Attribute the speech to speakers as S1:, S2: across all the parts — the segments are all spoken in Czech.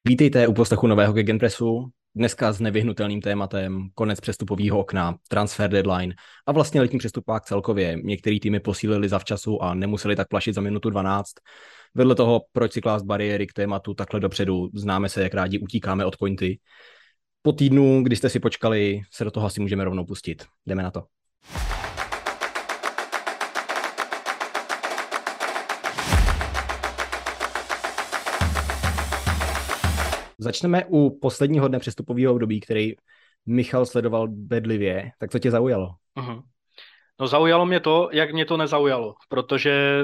S1: Vítejte u poslechu nového Gegenpressu. Dneska s nevyhnutelným tématem konec přestupového okna, transfer deadline a vlastně letní přestupák celkově. Některé týmy posílili zavčasu a nemuseli tak plašit za minutu 12. Vedle toho, proč si klást bariéry k tématu takhle dopředu, známe se, jak rádi utíkáme od pointy. Po týdnu, kdy jste si počkali, se do toho asi můžeme rovnou pustit. Jdeme na to. Začneme u posledního dne přestupového období, který Michal sledoval bedlivě. Tak co tě zaujalo?
S2: Mhm. No zaujalo mě to, jak mě to nezaujalo, protože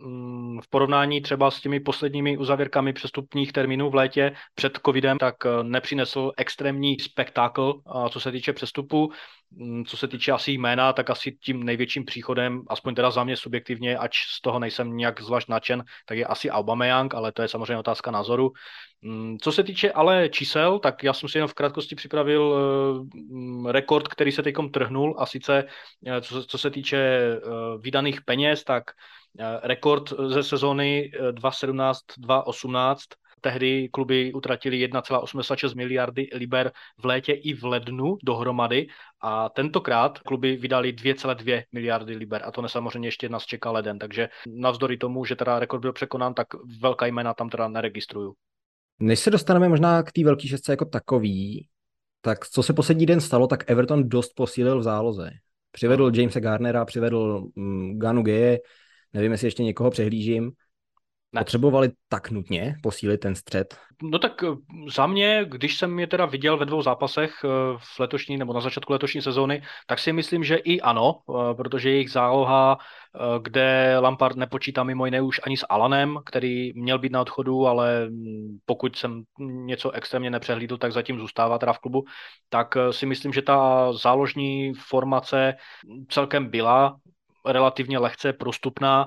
S2: v porovnání třeba s těmi posledními uzavírkami přestupních termínů v létě před covidem, tak nepřinesl extrémní spektákl, co se týče přestupu. Co se týče asi jména, tak asi tím největším příchodem, aspoň teda za mě subjektivně, ač z toho nejsem nějak zvlášť nadšen, tak je asi Aubameyang, ale to je samozřejmě otázka názoru. Co se týče ale čísel, tak já jsem si jenom v krátkosti připravil rekord, který se teďkom trhnul, a sice co se týče vydaných peněz, tak rekord ze sezóny 2017-2018. Tehdy kluby utratili 1,86 miliardy liber v létě i v lednu dohromady a tentokrát kluby vydali 2,2 miliardy liber a to samozřejmě ještě nás čeká leden, takže navzdory tomu, že teda rekord byl překonán, tak velká jména tam teda neregistruju.
S1: Než se dostaneme možná k té velké šestce jako takový, tak co se poslední den stalo, tak Everton dost posílil v záloze. Přivedl
S2: Aha.
S1: Jamesa Garnera, přivedl Ganu Geje, nevím, jestli ještě někoho přehlížím.
S2: Ne.
S1: Potřebovali tak nutně posílit ten střed?
S2: No tak za mě, když jsem je teda viděl ve dvou zápasech v letošní nebo na začátku letošní sezóny, tak si myslím, že i ano, protože jejich záloha, kde Lampard nepočítá mimo jiné už ani s Alanem, který měl být na odchodu, ale pokud jsem něco extrémně nepřehlídl, tak zatím zůstává teda v klubu, tak si myslím, že ta záložní formace celkem byla relativně lehce prostupná.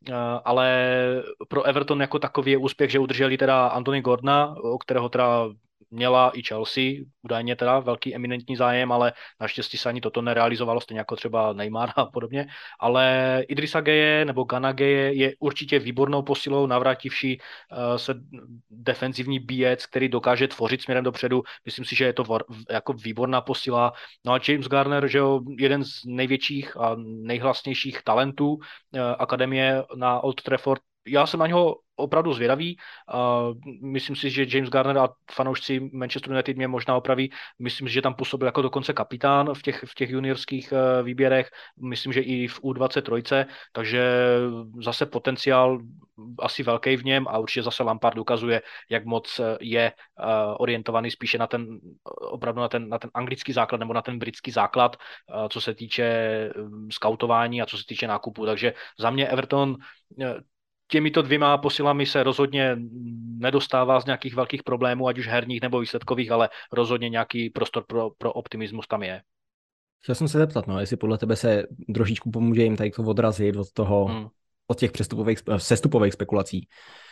S2: Ale pro Everton jako takový je úspěch, že udrželi teda Anthony Gordona, o kterého teda měla i Chelsea, údajně teda velký eminentní zájem, ale naštěstí se ani toto nerealizovalo, stejně jako třeba Neymar a podobně. Ale Idrissa Gueye nebo Gana Gueye je určitě výbornou posilou, navrátivší se defenzivní bíjec, který dokáže tvořit směrem dopředu. Myslím si, že je to jako výborná posila. No a James Garner, že jo, jeden z největších a nejhlasnějších talentů akademie na Old Trafford. Já jsem na něho opravdu zvědavý. Myslím si, že James Garner a fanoušci Manchester United mě možná opraví. Myslím si, že tam působil jako dokonce kapitán v těch juniorských výběrech. Myslím, že i v U23, takže zase potenciál asi velký v něm a určitě zase Lampard ukazuje, jak moc je orientovaný spíše na ten opravdu na ten anglický základ nebo na ten britský základ, co se týče skautování a co se týče nákupu. Takže za mě Everton těmito dvěma posilami se rozhodně nedostává z nějakých velkých problémů, ať už herních nebo výsledkových, ale rozhodně nějaký prostor pro optimismus tam je.
S1: Chtěl jsem se zeptat, no, jestli podle tebe se trošičku pomůže jim tady to odrazit od toho,
S2: Hmm.
S1: od těch sestupových spekulací.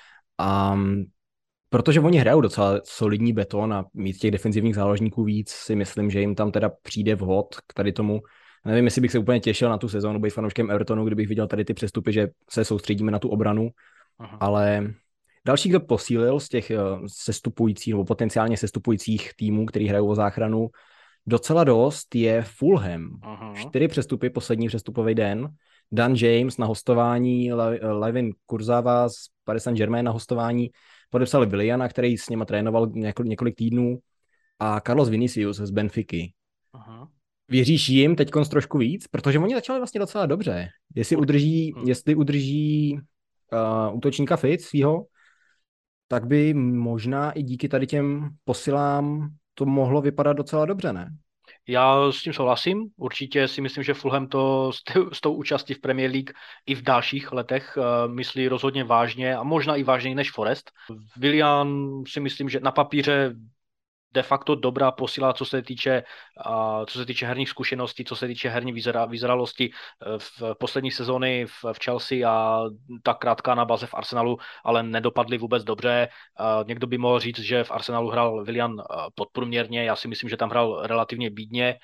S1: A protože oni hrajou docela solidní beton a mít těch defenzivních záložníků víc, si myslím, že jim tam teda přijde vhod k tady tomu. Nevím, jestli bych se úplně těšil na tu sezónu, být fanouškem Evertonu, kdybych viděl tady ty přestupy, že se soustředíme na tu obranu,
S2: Uh-huh.
S1: ale další, kdo posílil z těch sestupujících nebo potenciálně sestupujících týmů, který hrajou o záchranu, docela dost je Fulham.
S2: Uh-huh.
S1: 4 přestupy, poslední přestupový den. Dan James na hostování, Levin Kurzawa z Paris Saint-Germain na hostování, podepsali Williana, který s něma trénoval několik týdnů, a Carlos Vinicius z Benfiky.
S2: Uh-huh.
S1: Věříš jim teď trošku víc? Protože oni začali vlastně docela dobře. Jestli udrží,
S2: Hmm.
S1: jestli udrží útočníka fit svýho, tak by možná i díky tady těm posilám to mohlo vypadat docela dobře, ne?
S2: Já s tím souhlasím. Určitě si myslím, že Fulham to s tou účastí v Premier League i v dalších letech myslí rozhodně vážně a možná i vážněji než Forest. Willian si myslím, že na papíře de facto dobrá posila, co se týče herních zkušeností, co se týče herní vyzralosti v poslední sezóny v Chelsea a ta krátká na baze v Arsenalu, ale nedopadly vůbec dobře. Někdo by mohl říct, že v Arsenalu hrál Willian podprůměrně, já si myslím, že tam hrál relativně bídně,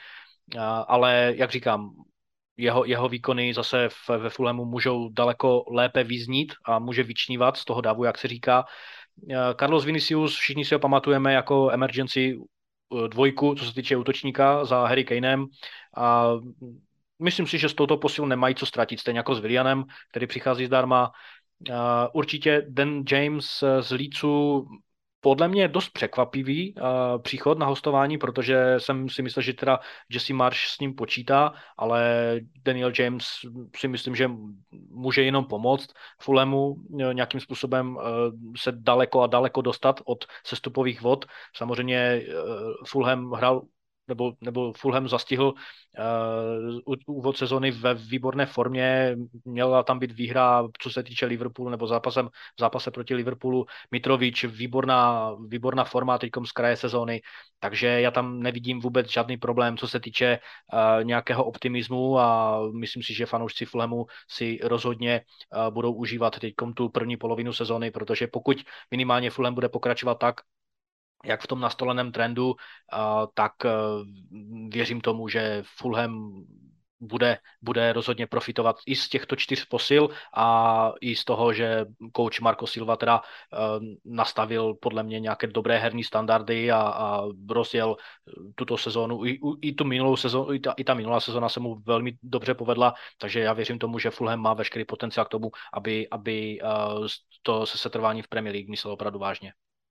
S2: ale jak říkám, jeho výkony zase ve Fulhamu můžou daleko lépe vyznít a může vyčnívat z toho davu, jak se říká. Carlos Vinicius, všichni si ho pamatujeme jako emergency dvojku, co se týče útočníka za Harry Kanem. A myslím si, že s touto posilou nemají co ztratit, stejně jako s Willianem, který přichází zdarma. Určitě Dan James z Leedsu podle mě dost překvapivý příchod na hostování, protože jsem si myslel, že teda Jesse Marsh s ním počítá, ale Daniel James si myslím, že může jenom pomoct Fulhamu nějakým způsobem se daleko a daleko dostat od sestupových vod. Samozřejmě Fulham hrál nebo Fulham zastihl úvod sezony ve výborné formě, měla tam být výhra, co se týče Liverpoolu, nebo v zápase proti Liverpoolu. Mitrovič, výborná forma teďkom z kraje sezóny, takže já tam nevidím vůbec žádný problém, co se týče nějakého optimismu a myslím si, že fanoušci Fulhamu si rozhodně budou užívat teďkom tu první polovinu sezóny, protože pokud minimálně Fulham bude pokračovat tak, jak v tom nastoleném trendu, tak věřím tomu, že Fulham bude rozhodně profitovat i z těchto 4 posil a i z toho, že coach Marco Silva teda nastavil podle mě nějaké dobré herní standardy a rozjel tuto sezónu. I tu minulou sezónu, i ta minulá sezóna se mu velmi dobře povedla, takže já věřím tomu, že Fulham má veškerý potenciál k tomu, aby to se setrvání v Premier League myslel opravdu vážně.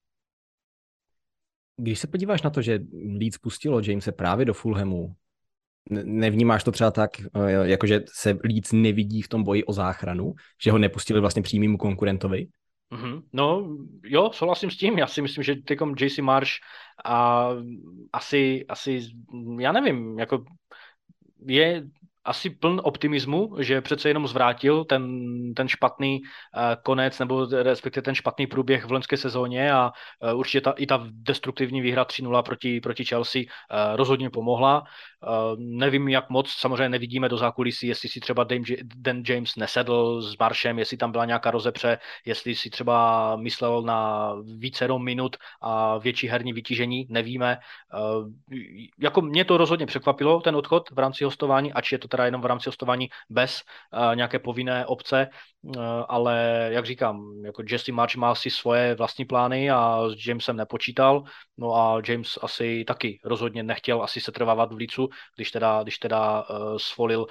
S1: Když se podíváš na to, že Leeds pustilo Jamese právě do Fulhamu, nevnímáš to třeba tak, jakože se Leeds nevidí v tom boji o záchranu, že ho nepustili vlastně přímému konkurentovi?
S2: No jo, souhlasím s tím. Já si myslím, že tykom JC Marsh a asi, já nevím, jako je asi pln optimismu, že přece jenom zvrátil ten špatný konec, nebo respektive ten špatný průběh v loňské sezóně a určitě i ta destruktivní výhra 3-0 proti Chelsea rozhodně pomohla. Nevím, jak moc, samozřejmě nevidíme do zákulisí, jestli si třeba Dan James nesedl s Marshem, jestli tam byla nějaká rozepře, jestli si třeba myslel na vícero minut a větší herní vytížení, nevíme. Jako mě to rozhodně překvapilo, ten odchod v rámci hostování, ač je to teda jenom v rámci hostování bez nějaké povinné opce, ale jak říkám, jako Jesse Marsh má si svoje vlastní plány a s Jamesem nepočítal, no a James asi taky rozhodně nechtěl asi setrvávat v Leedsu, když teda svolil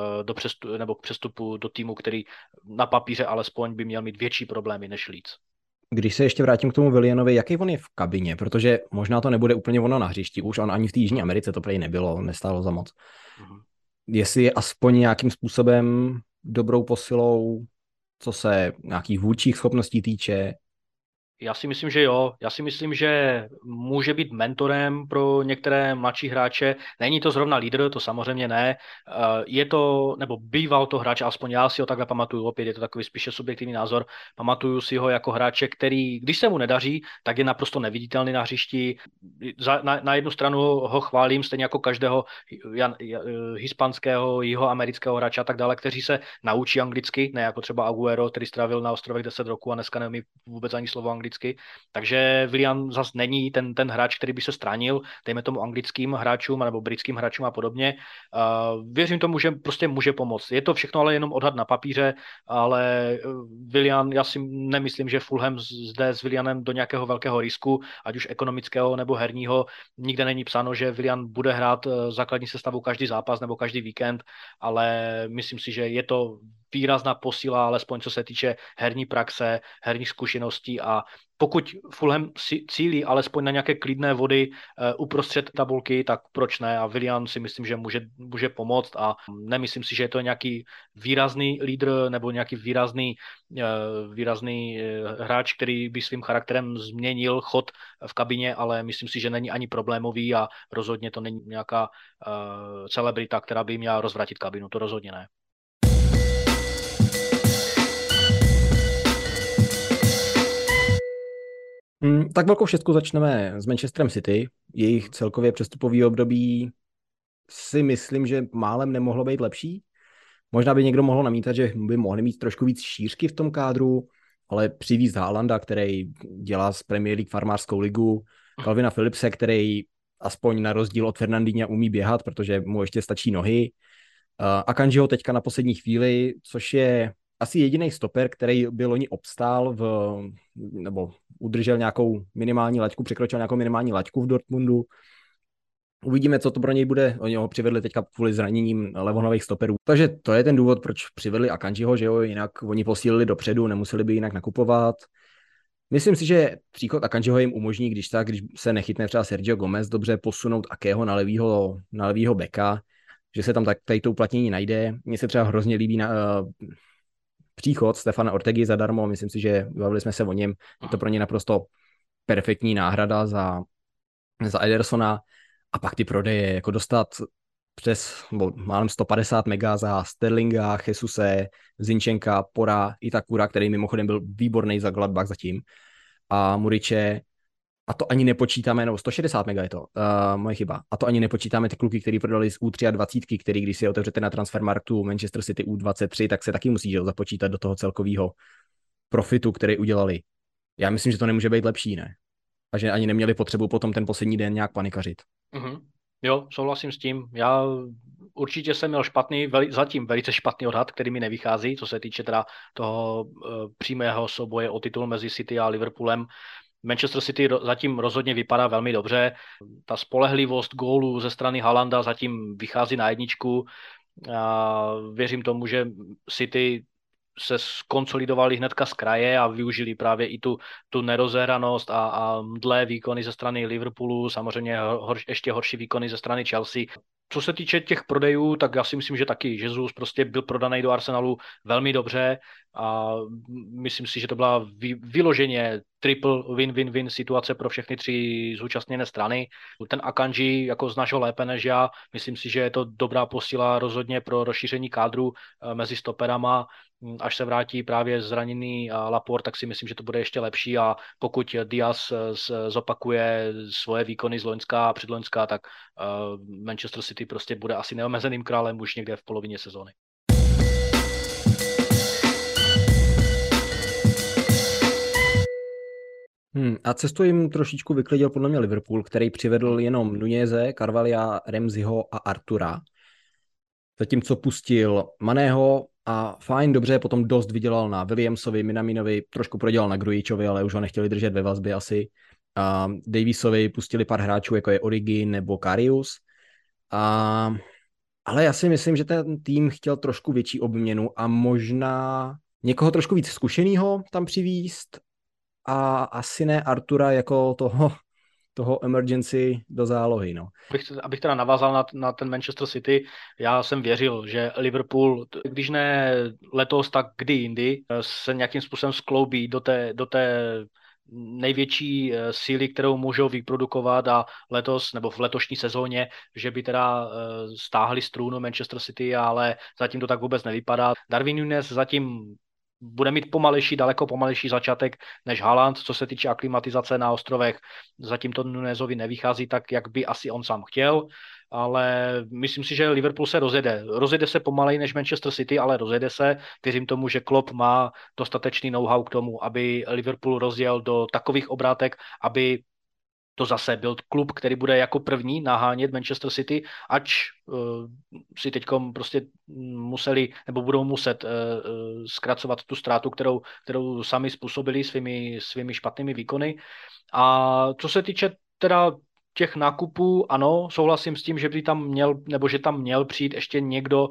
S2: k přestupu do týmu, který na papíře alespoň by měl mít větší problémy než Leeds.
S1: Když se ještě vrátím k tomu Willianovi, jaký on je v kabině, protože možná to nebude úplně ono na hřišti, už on ani v té Jižní Americe to prej nebylo, nestálo za moc. Jestli je aspoň nějakým způsobem dobrou posilou, co se nějakých vůdčích schopností týče.
S2: Já si myslím, že jo. Já si myslím, že může být mentorem pro některé mladší hráče. Není to zrovna lídr, to samozřejmě ne. Je to, nebo býval to hráč, aspoň já si ho takhle pamatuju, opět je to takový spíše subjektivní názor. Pamatuju si ho jako hráče, který, když se mu nedaří, tak je naprosto neviditelný na hřišti. Na jednu stranu ho chválím, stejně jako každého hispánského, jihoamerického hráče a tak dále, kteří se naučí anglicky, ne jako třeba Aguero, který strávil na ostrovech 10 roků a dneska neumí vůbec ani slovo anglicky. Takže Willian zas není ten hráč, který by se stránil, dejme tomu anglickým hráčům nebo britským hráčům a podobně. Věřím tomu, že prostě může pomoct. Je to všechno ale jenom odhad na papíře, ale Willian, já si nemyslím, že Fulham zde s Willianem do nějakého velkého risku, ať už ekonomického nebo herního. Nikde není psáno, že Willian bude hrát základní sestavu každý zápas nebo každý víkend, ale myslím si, že je to výrazná posila, alespoň co se týče herní praxe, herních zkušeností a pokud Fulham cílí alespoň na nějaké klidné vody uprostřed tabulky, tak proč ne? A Willian si myslím, že může pomoct a nemyslím si, že je to nějaký výrazný lídr nebo nějaký výrazný hráč, který by svým charakterem změnil chod v kabině, ale myslím si, že není ani problémový a rozhodně to není nějaká celebrita, která by měla rozvratit kabinu, to rozhodně ne.
S1: Tak velkou šestku začneme s Manchesterem City. Jejich celkově přestupový období si myslím, že málem nemohlo být lepší. Možná by někdo mohl namítat, že by mohli mít trošku víc šířky v tom kádru, ale přivízt Haalanda, který dělá z Premier League farmářskou ligu, Calvina Phillipse, který aspoň na rozdíl od Fernandinha umí běhat, protože mu ještě stačí nohy. A Kanjiho teďka na poslední chvíli, což je asi jediný stoper, který by loni obstál nebo udržel nějakou minimální laťku, překročil nějakou minimální laťku v Dortmundu. Uvidíme, co to pro něj bude. Oni ho přivedli teďka kvůli zraněním levonových stoperů. Takže to je ten důvod, proč přivedli Akanjiho, že jo, jinak oni posílili dopředu, nemuseli by jinak nakupovat. Myslím si, že příchod Akanjiho jim umožní, když se nechytne třeba Sergio Gomez, dobře posunout Akého na levýho beka, že se tam tady to uplatnění najde. Mně se třeba hrozně líbí příchod Stefana Ortegy zadarmo, myslím si, že bavili jsme se o něm, je to pro ně naprosto perfektní náhrada za Edersona. A pak ty prodeje, jako dostat málem 150 mega za Sterlinga, Jesuse, Zinčenka, Pora, Itakura, který mimochodem byl výborný za Gladbach zatím, a Muriče, a to ani nepočítáme, nebo 160 mega je to, moje chyba, a to ani nepočítáme ty kluky, který prodali z U23, který když si otevřete na Transfermarktu Manchester City U23, tak se taky musí započítat do toho celkového profitu, který udělali. Já myslím, že to nemůže být lepší, ne? A že ani neměli potřebu potom ten poslední den nějak panikařit.
S2: Mm-hmm. Jo, souhlasím s tím. Já určitě jsem měl zatím velice špatný odhad, který mi nevychází, co se týče teda toho přímého souboje o titul mezi City a Liverpoolem. Manchester City zatím rozhodně vypadá velmi dobře. Ta spolehlivost gólů ze strany Haalanda zatím vychází na jedničku. A věřím tomu, že City se skonsolidovali hnedka z kraje a využili právě i tu nerozehranost a mdlé výkony ze strany Liverpoolu, samozřejmě ještě horší výkony ze strany Chelsea. Co se týče těch prodejů, tak já si myslím, že taky Jesus prostě byl prodaný do Arsenalu velmi dobře a myslím si, že to byla vyloženě triple win-win-win situace pro všechny tři zúčastněné strany. Ten Akanji jako znáš ho lépe než já, myslím si, že je to dobrá posila rozhodně pro rozšíření kádru mezi stoperama. Až se vrátí právě zraněný Laporte, tak si myslím, že to bude ještě lepší a pokud Diaz zopakuje svoje výkony z loňska a předloňska, tak Manchester City prostě bude asi neomezeným králem už někde v polovině sezóny.
S1: A cestu jim trošičku vyklidil podle mě Liverpool, který přivedl jenom Nuneze, Carvalha, Ramseyho a Artura. Zatímco pustil Maného a fajn, dobře, potom dost vydělal na Williamsovi, Minaminovi, trošku prodělal na Grujičovi, ale už ho nechtěli držet ve vazbě asi. A Davisovi pustili pár hráčů, jako je Origi nebo Karius. Ale já si myslím, že ten tým chtěl trošku větší obměnu a možná někoho trošku víc zkušenýho tam přivízt a asi ne Artura jako toho emergency do zálohy. No.
S2: Abych teda navázal na ten Manchester City, já jsem věřil, že Liverpool, když ne letos, tak kdy jindy, se nějakým způsobem skloubí do té největší síly, kterou můžou vyprodukovat a letos nebo v letošní sezóně, že by teda stáhli z trůnu Manchester City, ale zatím to tak vůbec nevypadá. Darwin Núñez zatím bude mít daleko pomalejší začátek než Haaland, co se týče aklimatizace na ostrovech. Zatím to Nunezovi nevychází tak, jak by asi on sám chtěl, ale myslím si, že Liverpool se rozjede. Rozjede se pomalej než Manchester City, ale rozjede se. Věřím tomu, že Klopp má dostatečný know-how k tomu, aby Liverpool rozjel do takových obrátek, aby to zase byl klub, který bude jako první nahánět Manchester City, ač si teďkom prostě museli nebo budou muset zkracovat tu ztrátu, kterou sami způsobili svými špatnými výkony. A co se týče teda těch nákupů, ano, souhlasím s tím, že by tam měl, nebo že tam měl přijít ještě někdo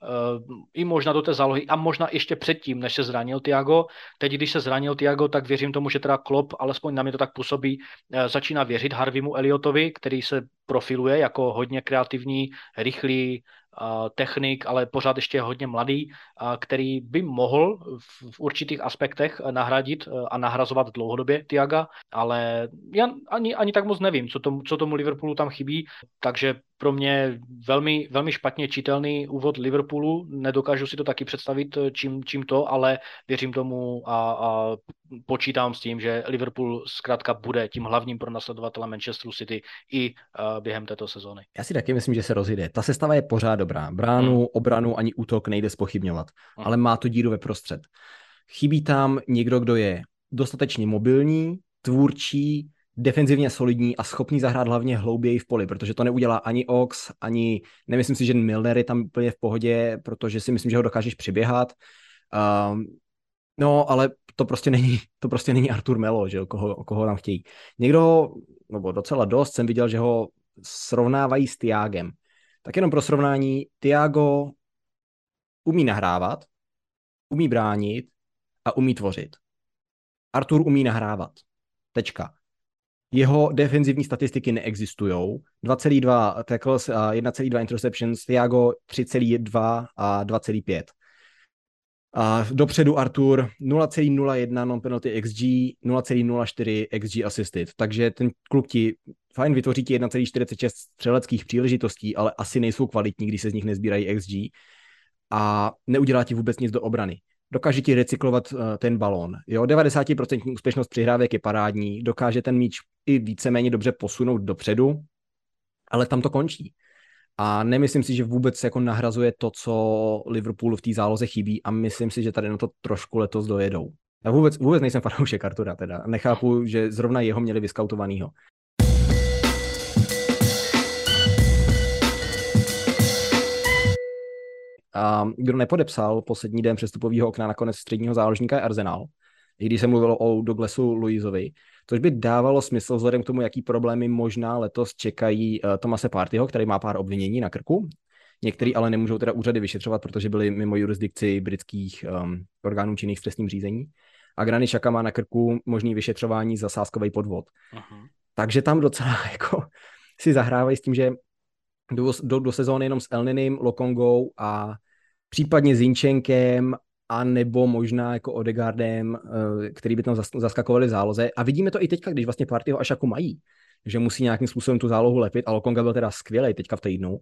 S2: i možná do té zálohy a možná ještě předtím, než se zranil Thiago. Teď, když se zranil Thiago, tak věřím tomu, že teda Klopp, alespoň na mě to tak působí, začíná věřit Harveymu Elliotovi, který se profiluje jako hodně kreativní, rychlý technik, ale pořád ještě hodně mladý, který by mohl v určitých aspektech nahradit a nahrazovat dlouhodobě Thiaga, ale já ani tak moc nevím, co tomu Liverpoolu tam chybí, takže pro mě velmi, velmi špatně čitelný úvod Liverpoolu, nedokážu si to taky představit, čím to, ale věřím tomu a počítám s tím, že Liverpool zkrátka bude tím hlavním pronásledovatelem Manchesteru City i během této sezóny.
S1: Já si taky myslím, že se rozjede. Ta sestava je pořád dobrá. Bránu, obranu ani útok nejde zpochybňovat, ale má to díru ve prostřed. Chybí tam někdo, kdo je dostatečně mobilní, tvůrčí, defenzivně solidní a schopný zahrát hlavně hlouběji v poli, protože to neudělá ani Ox, ani nemyslím si, že Milner je tam úplně v pohodě, protože si myslím, že ho dokážeš přiběhat. Um, no, ale to prostě není Artur Melo, že jo, koho tam chtějí. Někdo, nebo docela dost, jsem viděl, že ho srovnávají s Thiagem. Tak jenom pro srovnání, Thiago umí nahrávat, umí bránit a umí tvořit. Artur umí nahrávat. Tečka. Jeho defenzivní statistiky neexistují. 2,2 tackles a 1,2 interceptions, Thiago 3,2 a 2,5. A dopředu Artur 0,01 non-penalty XG, 0,04 XG assisted. Takže ten klub ti fajn vytvoří ti 1,46 střeleckých příležitostí, ale asi nejsou kvalitní, když se z nich nezbírají XG a neudělá ti vůbec nic do obrany. Dokáže ti recyklovat ten balón. Jo, 90% úspěšnost přihrávek je parádní, dokáže ten míč i víceméně dobře posunout dopředu, ale tam to končí. A nemyslím si, že vůbec jako nahrazuje to, co Liverpoolu v té záloze chybí a myslím si, že tady na to trošku letos dojedou. Já vůbec nejsem fanoušek Artura teda. Nechápu, že zrovna jeho měli vyskautovanýho. A kdo nepodepsal poslední den přestupového okna nakonec středního záložníka je Arsenal, i když se mluvilo o Douglasu Luizovi, což by dávalo smysl vzhledem k tomu, jaký problémy možná letos čekají Thomase Parteyho, který má pár obvinění na krku. Některý ale nemůžou teda úřady vyšetřovat, protože byli mimo jurisdikci britských orgánů činných v trestním řízení. A Granit Xhaka má na krku možný vyšetřování za sázkový podvod. Uh-huh. Takže tam docela jako si zahrávají s tím, že do sezóny jenom s Elnenym, Lokongou a případně Zinčenkem a nebo možná jako Odegaardem, který by tam zaskakovali v záloze. A vidíme to i teďka, když vlastně Parteyho a Xhaku mají, že musí nějakým způsobem tu zálohu lepit a Lokonga byl teda skvělej teďka v týdnu,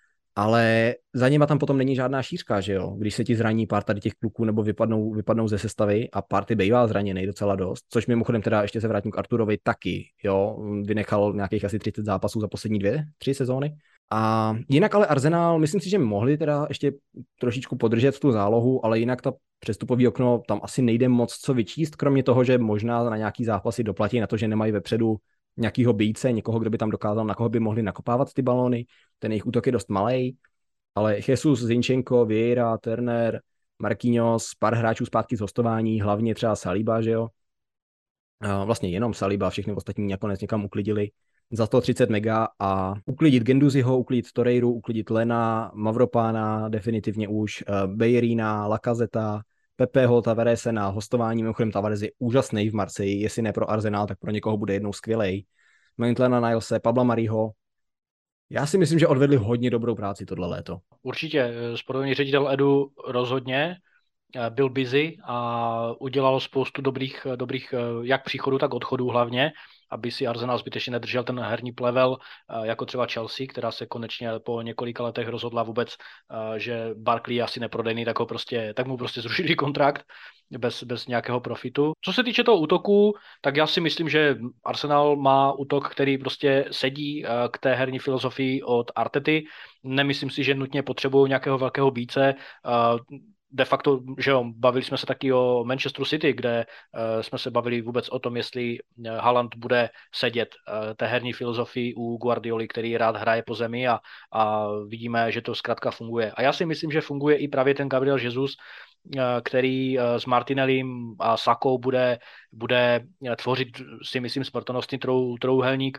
S1: ale za něma tam potom není žádná šířka, že jo? Když se ti zraní pár tady těch kluků nebo vypadnou ze sestavy a Partey bývá zraněný docela dost, což mimochodem teda ještě se vrátím k Arturovi taky, jo? Vynechal nějakých asi 30 zápasů za poslední 2-3 sezóny. A jinak ale Arsenal, myslím si, že mohli teda ještě trošičku podržet tu zálohu, ale jinak ta přestupový okno, tam asi nejde moc co vyčíst, kromě toho, že možná na nějaký zápasy doplatí na to, že nemají vepředu nějakýho bíjce, někoho, kdo by tam dokázal, na koho by mohli nakopávat ty balóny. Ten jejich útok je dost malej, ale Jesus, Zinchenko, Vieira, Turner, Marquinhos, pár hráčů zpátky z hostování, hlavně třeba Saliba, že jo. Vlastně jenom Saliba, všechny ostatní nakonec někam uklidili za 130 mega a uklidit Genduziho, uklidit Torreiru, uklidit Lena, Mavropána, definitivně už, Bejrina, Lacazeta, Pepeho, Tavarese na hostování. Mimochodem Tavares je úžasný v Marseille, jestli ne pro Arsenal, tak pro někoho bude jednou skvělej. Maitland Nilese, Pabla Mariho. Já si myslím, že odvedli hodně dobrou práci tohle léto.
S2: Určitě, sportovní ředitel Edu rozhodně byl busy a udělal spoustu dobrých jak příchodů, tak odchodů hlavně, aby si Arsenal zbytečně nedržel ten herní plevel, jako třeba Chelsea, která se konečně po několika letech rozhodla vůbec, že Barkley je asi neprodejný, tak mu prostě zrušili kontrakt bez nějakého profitu. Co se týče toho útoku, tak já si myslím, že Arsenal má útok, který prostě sedí k té herní filozofii od Artety. Nemyslím si, že nutně potřebují nějakého velkého bíce. De facto, že jo, bavili jsme se taky o Manchesteru City, kde jsme se bavili vůbec o tom, jestli Haaland bude sedět té herní filozofii u Guardioli, který rád hraje po zemi a vidíme, že to zkrátka funguje. A já si myslím, že funguje i právě ten Gabriel Jesus, který s Martinellim a Sakou bude tvořit, si myslím, smrtonosný trouhelník.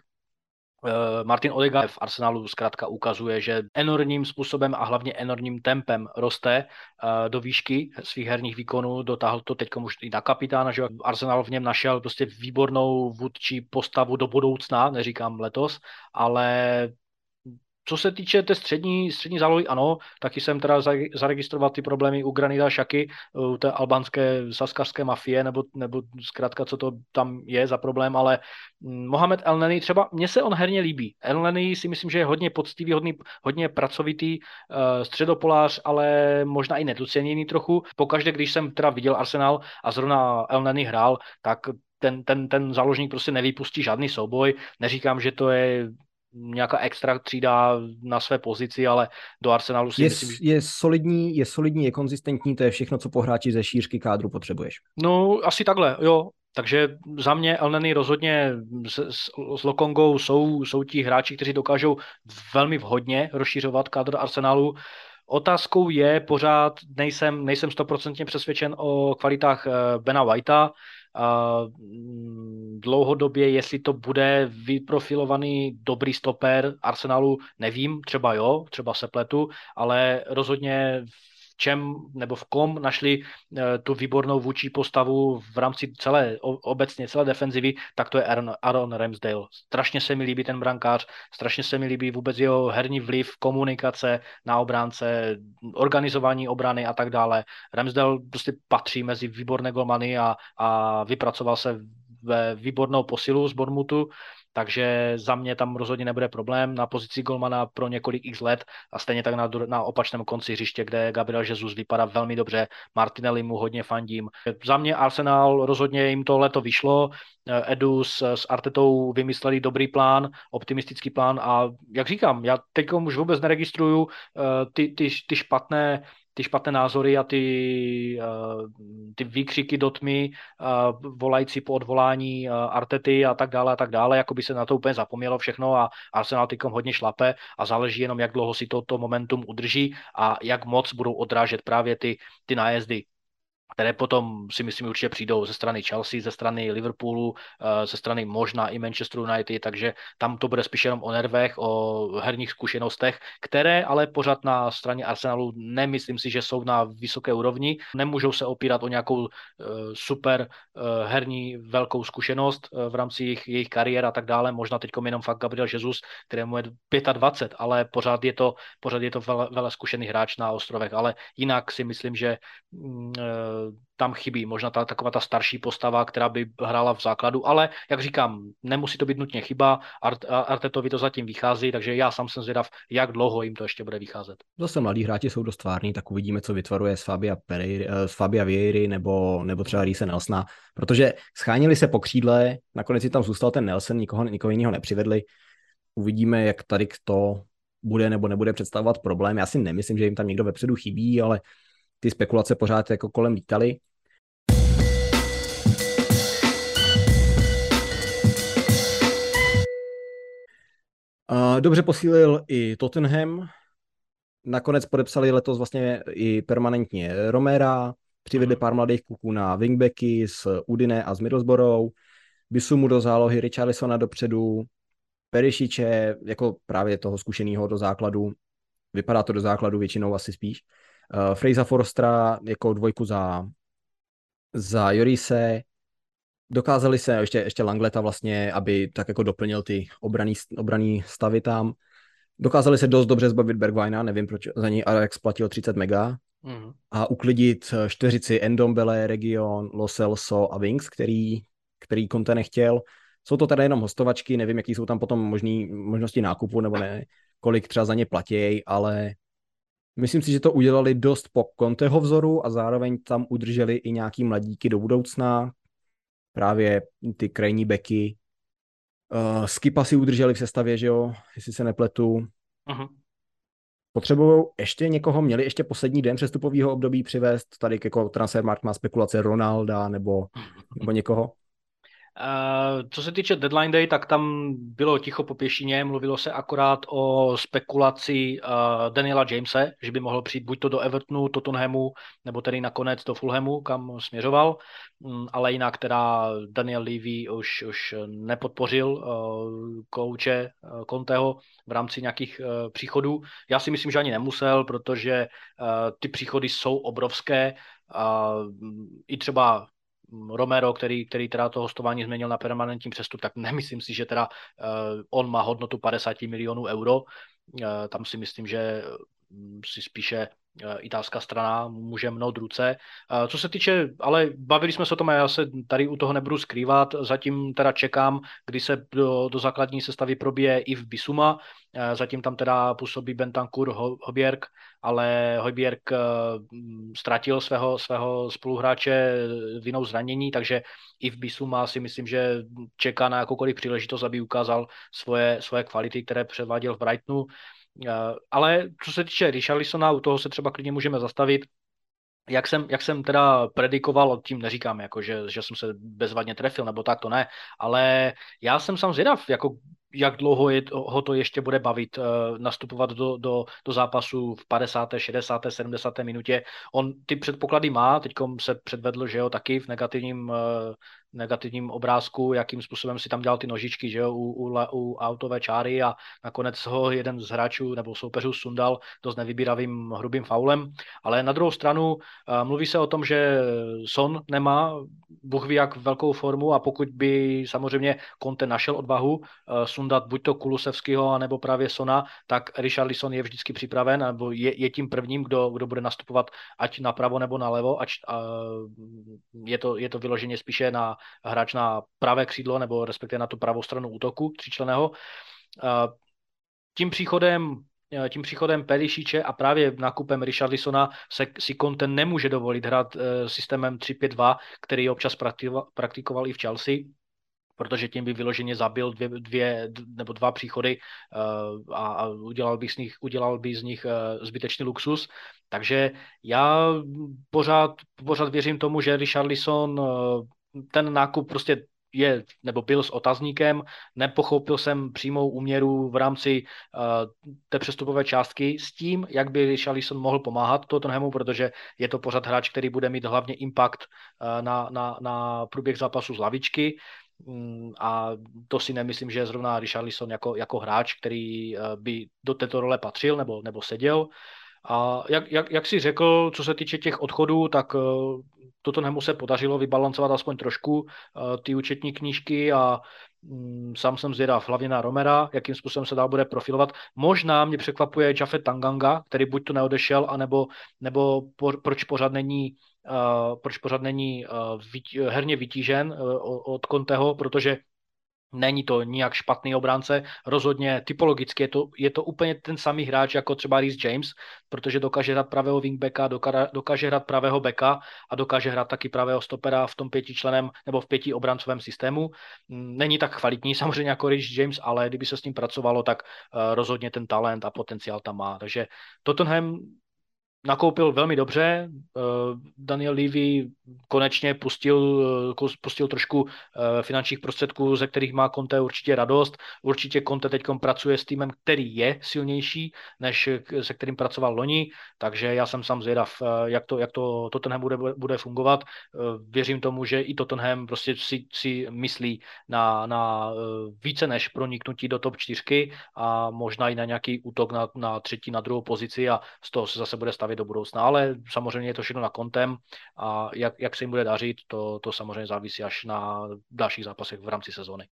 S2: Martin Odegaard v Arsenalu zkrátka ukazuje, že enormním způsobem a hlavně enormním tempem roste do výšky svých herních výkonů, dotáhl to teď už i na kapitána, že Arsenal v něm našel prostě výbornou vůdčí postavu do budoucna, neříkám letos, ale co se týče té střední zálohy, ano, taky jsem teda zaregistroval ty problémy u Granita Xhaky, u té albánské saskařské mafie, nebo zkrátka, co to tam je za problém, ale Mohamed Elneny třeba, mně se on herně líbí. Elneny si myslím, že je hodně poctivý, hodně pracovitý středopolář, ale možná i nedoceněný trochu. Pokaždé, když jsem teda viděl Arsenal a zrovna Elneny hrál, tak ten záložník prostě nevypustí žádný souboj. Neříkám, že to je nějaká extra třída na své pozici, ale do Arsenalu si myslím, že...
S1: Je solidní, je konzistentní, to je všechno, co po hráči ze šířky kádru potřebuješ.
S2: No, asi takhle, jo. Takže za mě Elneny rozhodně s Lokongou jsou ti hráči, kteří dokážou velmi vhodně rozšířovat kádr Arsenalu. Otázkou je pořád, nejsem 100% přesvědčen o kvalitách Bena Whitea. Dlouhodobě, jestli to bude vyprofilovaný dobrý stoper Arsenalu, nevím, třeba jo, třeba se pletu, ale rozhodně v čem nebo v kom našli tu výbornou vůči postavu v rámci obecně celé defenzivy, tak to je Aaron Ramsdale. Strašně se mi líbí ten brankář, strašně se mi líbí vůbec jeho herní vliv, komunikace na obránce, organizování obrany a tak dále. Ramsdale prostě patří mezi výborné golmany a vypracoval se ve výbornou posilu z Bournemouthu, takže za mě tam rozhodně nebude problém na pozici golmana pro několik x let a stejně tak na opačném konci hřiště, kde Gabriel Jesus vypadá velmi dobře, Martinelli mu hodně fandím. Za mě Arsenal rozhodně jim to leto vyšlo, Edu s Artetou vymysleli dobrý plán, optimistický plán a jak říkám, já teď už vůbec neregistruju ty špatné názory a ty výkřiky do tmy, volající po odvolání Artety a tak dále, jako by se na to úplně zapomnělo všechno a Arsenal tykom hodně šlape a záleží jenom, jak dlouho si to momentum udrží a jak moc budou odrážet právě ty nájezdy, které potom si myslím určitě přijdou ze strany Chelsea, ze strany Liverpoolu, ze strany možná i Manchester United, takže tam to bude spíš jenom o nervech, o herních zkušenostech, které ale pořád na straně Arsenalu nemyslím si, že jsou na vysoké úrovni. Nemůžou se opírat o nějakou super herní velkou zkušenost v rámci jejich kariér a tak dále. Možná teď jenom fakt Gabriel Jesus, kterému je 25, ale pořád je to vele zkušený hráč na ostrovech, ale jinak si myslím, že tam chybí možná taková ta starší postava, která by hrála v základu, ale jak říkám, nemusí to být nutně chyba, Artetovi to zatím vychází, takže já sám jsem zvědav, jak dlouho jim to ještě bude vycházet.
S1: Zase mladí hráči jsou dost tvární, tak uvidíme, co vytvaruje z Fabia Vieiry nebo třeba Reese Nelsona, protože schánili se po křídle, nakonec si tam zůstal ten Nelson, nikoho jiného nepřivedli. Uvidíme, jak tady to bude nebo nebude představovat problém. Já si nemyslím, že jim tam někdo vepředu chybí, ale ty spekulace pořád jako kolem lítaly. Dobře posílil i Tottenham. Nakonec podepsali letos vlastně i permanentně Romera, přivedli pár mladých kluků na wingbacky z Udine a z Middlesbrough, Bisumu do zálohy, Richarlisona dopředu, Perišiče jako právě toho zkušeného do základu. Vypadá to do základu většinou asi spíš. Frejza Forstera jako dvojku za Jorise. Dokázali se ještě Langleta vlastně, aby tak jako doplnil ty obraný stavy tam. Dokázali se dost dobře zbavit Bergwijna, nevím, proč za ní Ajax platil 30 mega. A uklidit čtyřici Ndombele, Region, Lo Celso a Winks, který Conte nechtěl. Jsou to teda jenom hostovačky, nevím, jaký jsou tam potom možnosti nákupu, nebo ne, kolik třeba za ně platí, ale myslím si, že to udělali dost po Conteho vzoru a zároveň tam udrželi i nějaký mladíky do budoucna, právě ty krajní beky. Skipa si udrželi v sestavě, že jo, jestli se nepletu. Potřebují ještě někoho, měli ještě poslední den přestupového období přivést, tady jako Transfermarkt má spekulace Ronalda nebo někoho.
S2: Co se týče deadline day, tak tam bylo ticho po pěšině, mluvilo se akorát o spekulaci Daniela Jamese, že by mohl přijít buď to do Evertonu, Tottenhamu, nebo tedy nakonec do Fulhamu, kam směřoval, ale jinak teda Daniel Levy už nepodpořil kouče Conteho v rámci nějakých příchodů. Já si myslím, že ani nemusel, protože ty příchody jsou obrovské. I třeba Romero, který teda to hostování změnil na permanentní přestup, tak nemyslím si, že teda on má hodnotu 50 milionů euro. Tam si myslím, že si spíše italská strana může mnout ruce. Co se týče, ale bavili jsme se o tom a já se tady u toho nebudu skrývat, zatím teda čekám, kdy se do základní sestavy probije i v Bissouma, zatím tam teda působí Bentancur, Højbjerg, ale Højbjerg ztratil svého spoluhráče vinou zranění, takže i v Bissouma si myslím, že čeká na jakoukoliv příležitost, aby ukázal svoje kvality, které předváděl v Brightonu. Ale co se týče Richarlisona, u toho se třeba klidně můžeme zastavit. jak jsem teda predikoval, tím neříkám, jako, že jsem se bezvadně trefil, nebo tak to ne, ale já jsem sám zvědav, jako, jak dlouho ho to ještě bude bavit, nastupovat do zápasu v 50., 60., 70. minutě. On ty předpoklady má, teďkom se předvedl, že jo, taky v negativním obrázku, jakým způsobem si tam dělal ty nožičky, že jo, u autové čáry a nakonec ho jeden z hráčů nebo soupeřů sundal dost nevybíravým hrubým faulem. Ale na druhou stranu mluví se o tom, že Son nemá Bůh ví jak velkou formu a pokud by samozřejmě Conte našel odvahu sundat buď to Kulusevského, nebo právě Sona, tak Richarlison je vždycky připraven, nebo je tím prvním, kdo bude nastupovat ať napravo nebo nalevo, je to vyloženě spíše na hráč na pravé křídlo, nebo respektive na tu pravou stranu útoku tříčlenného. Tím příchodem Perisiče a právě nákupem Richarlisona si Conte nemůže dovolit hrát systémem 3-5-2, který občas praktikoval i v Chelsea, protože tím by vyloženě zabil nebo dva příchody a udělal by z nich zbytečný luxus. Takže já pořád věřím tomu, že Richarlison ten nákup prostě nebo byl s otazníkem, nepochopil jsem přímou úměru v rámci té přestupové částky s tím, jak by Richarlison mohl pomáhat Tottenhamu, protože je to pořád hráč, který bude mít hlavně impact na průběh zápasu z lavičky. A to si nemyslím, že je zrovna Richarlison jako hráč, který by do této role patřil nebo seděl. A jak si řekl, co se týče těch odchodů, tak Tottenhamu se podařilo vybalancovat aspoň trošku ty účetní knížky a sám jsem zvědav hlavně na Romera, jakým způsobem se dál bude profilovat. Možná mě překvapuje Jafet Tanganga, který buď to neodešel, proč pořád není herně vytížen od Conteho, protože není to nijak špatný obránce, rozhodně typologicky je to úplně ten samý hráč jako třeba Reece James, protože dokáže hrát pravého wingbacka, dokáže hrát pravého backa a dokáže hrát taky pravého stopera v tom pětičlenem nebo v pěti obrancovém systému. Není tak kvalitní samozřejmě jako Reece James, ale kdyby se s ním pracovalo, tak rozhodně ten talent a potenciál tam má. Takže Tottenham nakoupil velmi dobře. Daniel Levy konečně pustil trošku finančních prostředků, ze kterých má Conte určitě radost. Určitě Conte teď pracuje s týmem, který je silnější, než se kterým pracoval loni, takže já jsem sám zvědav, jak to Tottenham bude fungovat. Věřím tomu, že i Tottenham prostě si myslí na více než proniknutí do top 4 a možná i na nějaký útok na třetí, na druhou pozici a z toho se zase bude stavět do budoucna, ale samozřejmě je to všechno na Contem a jak se jim bude dařit, to samozřejmě závisí až na dalších zápasech v rámci sezóny.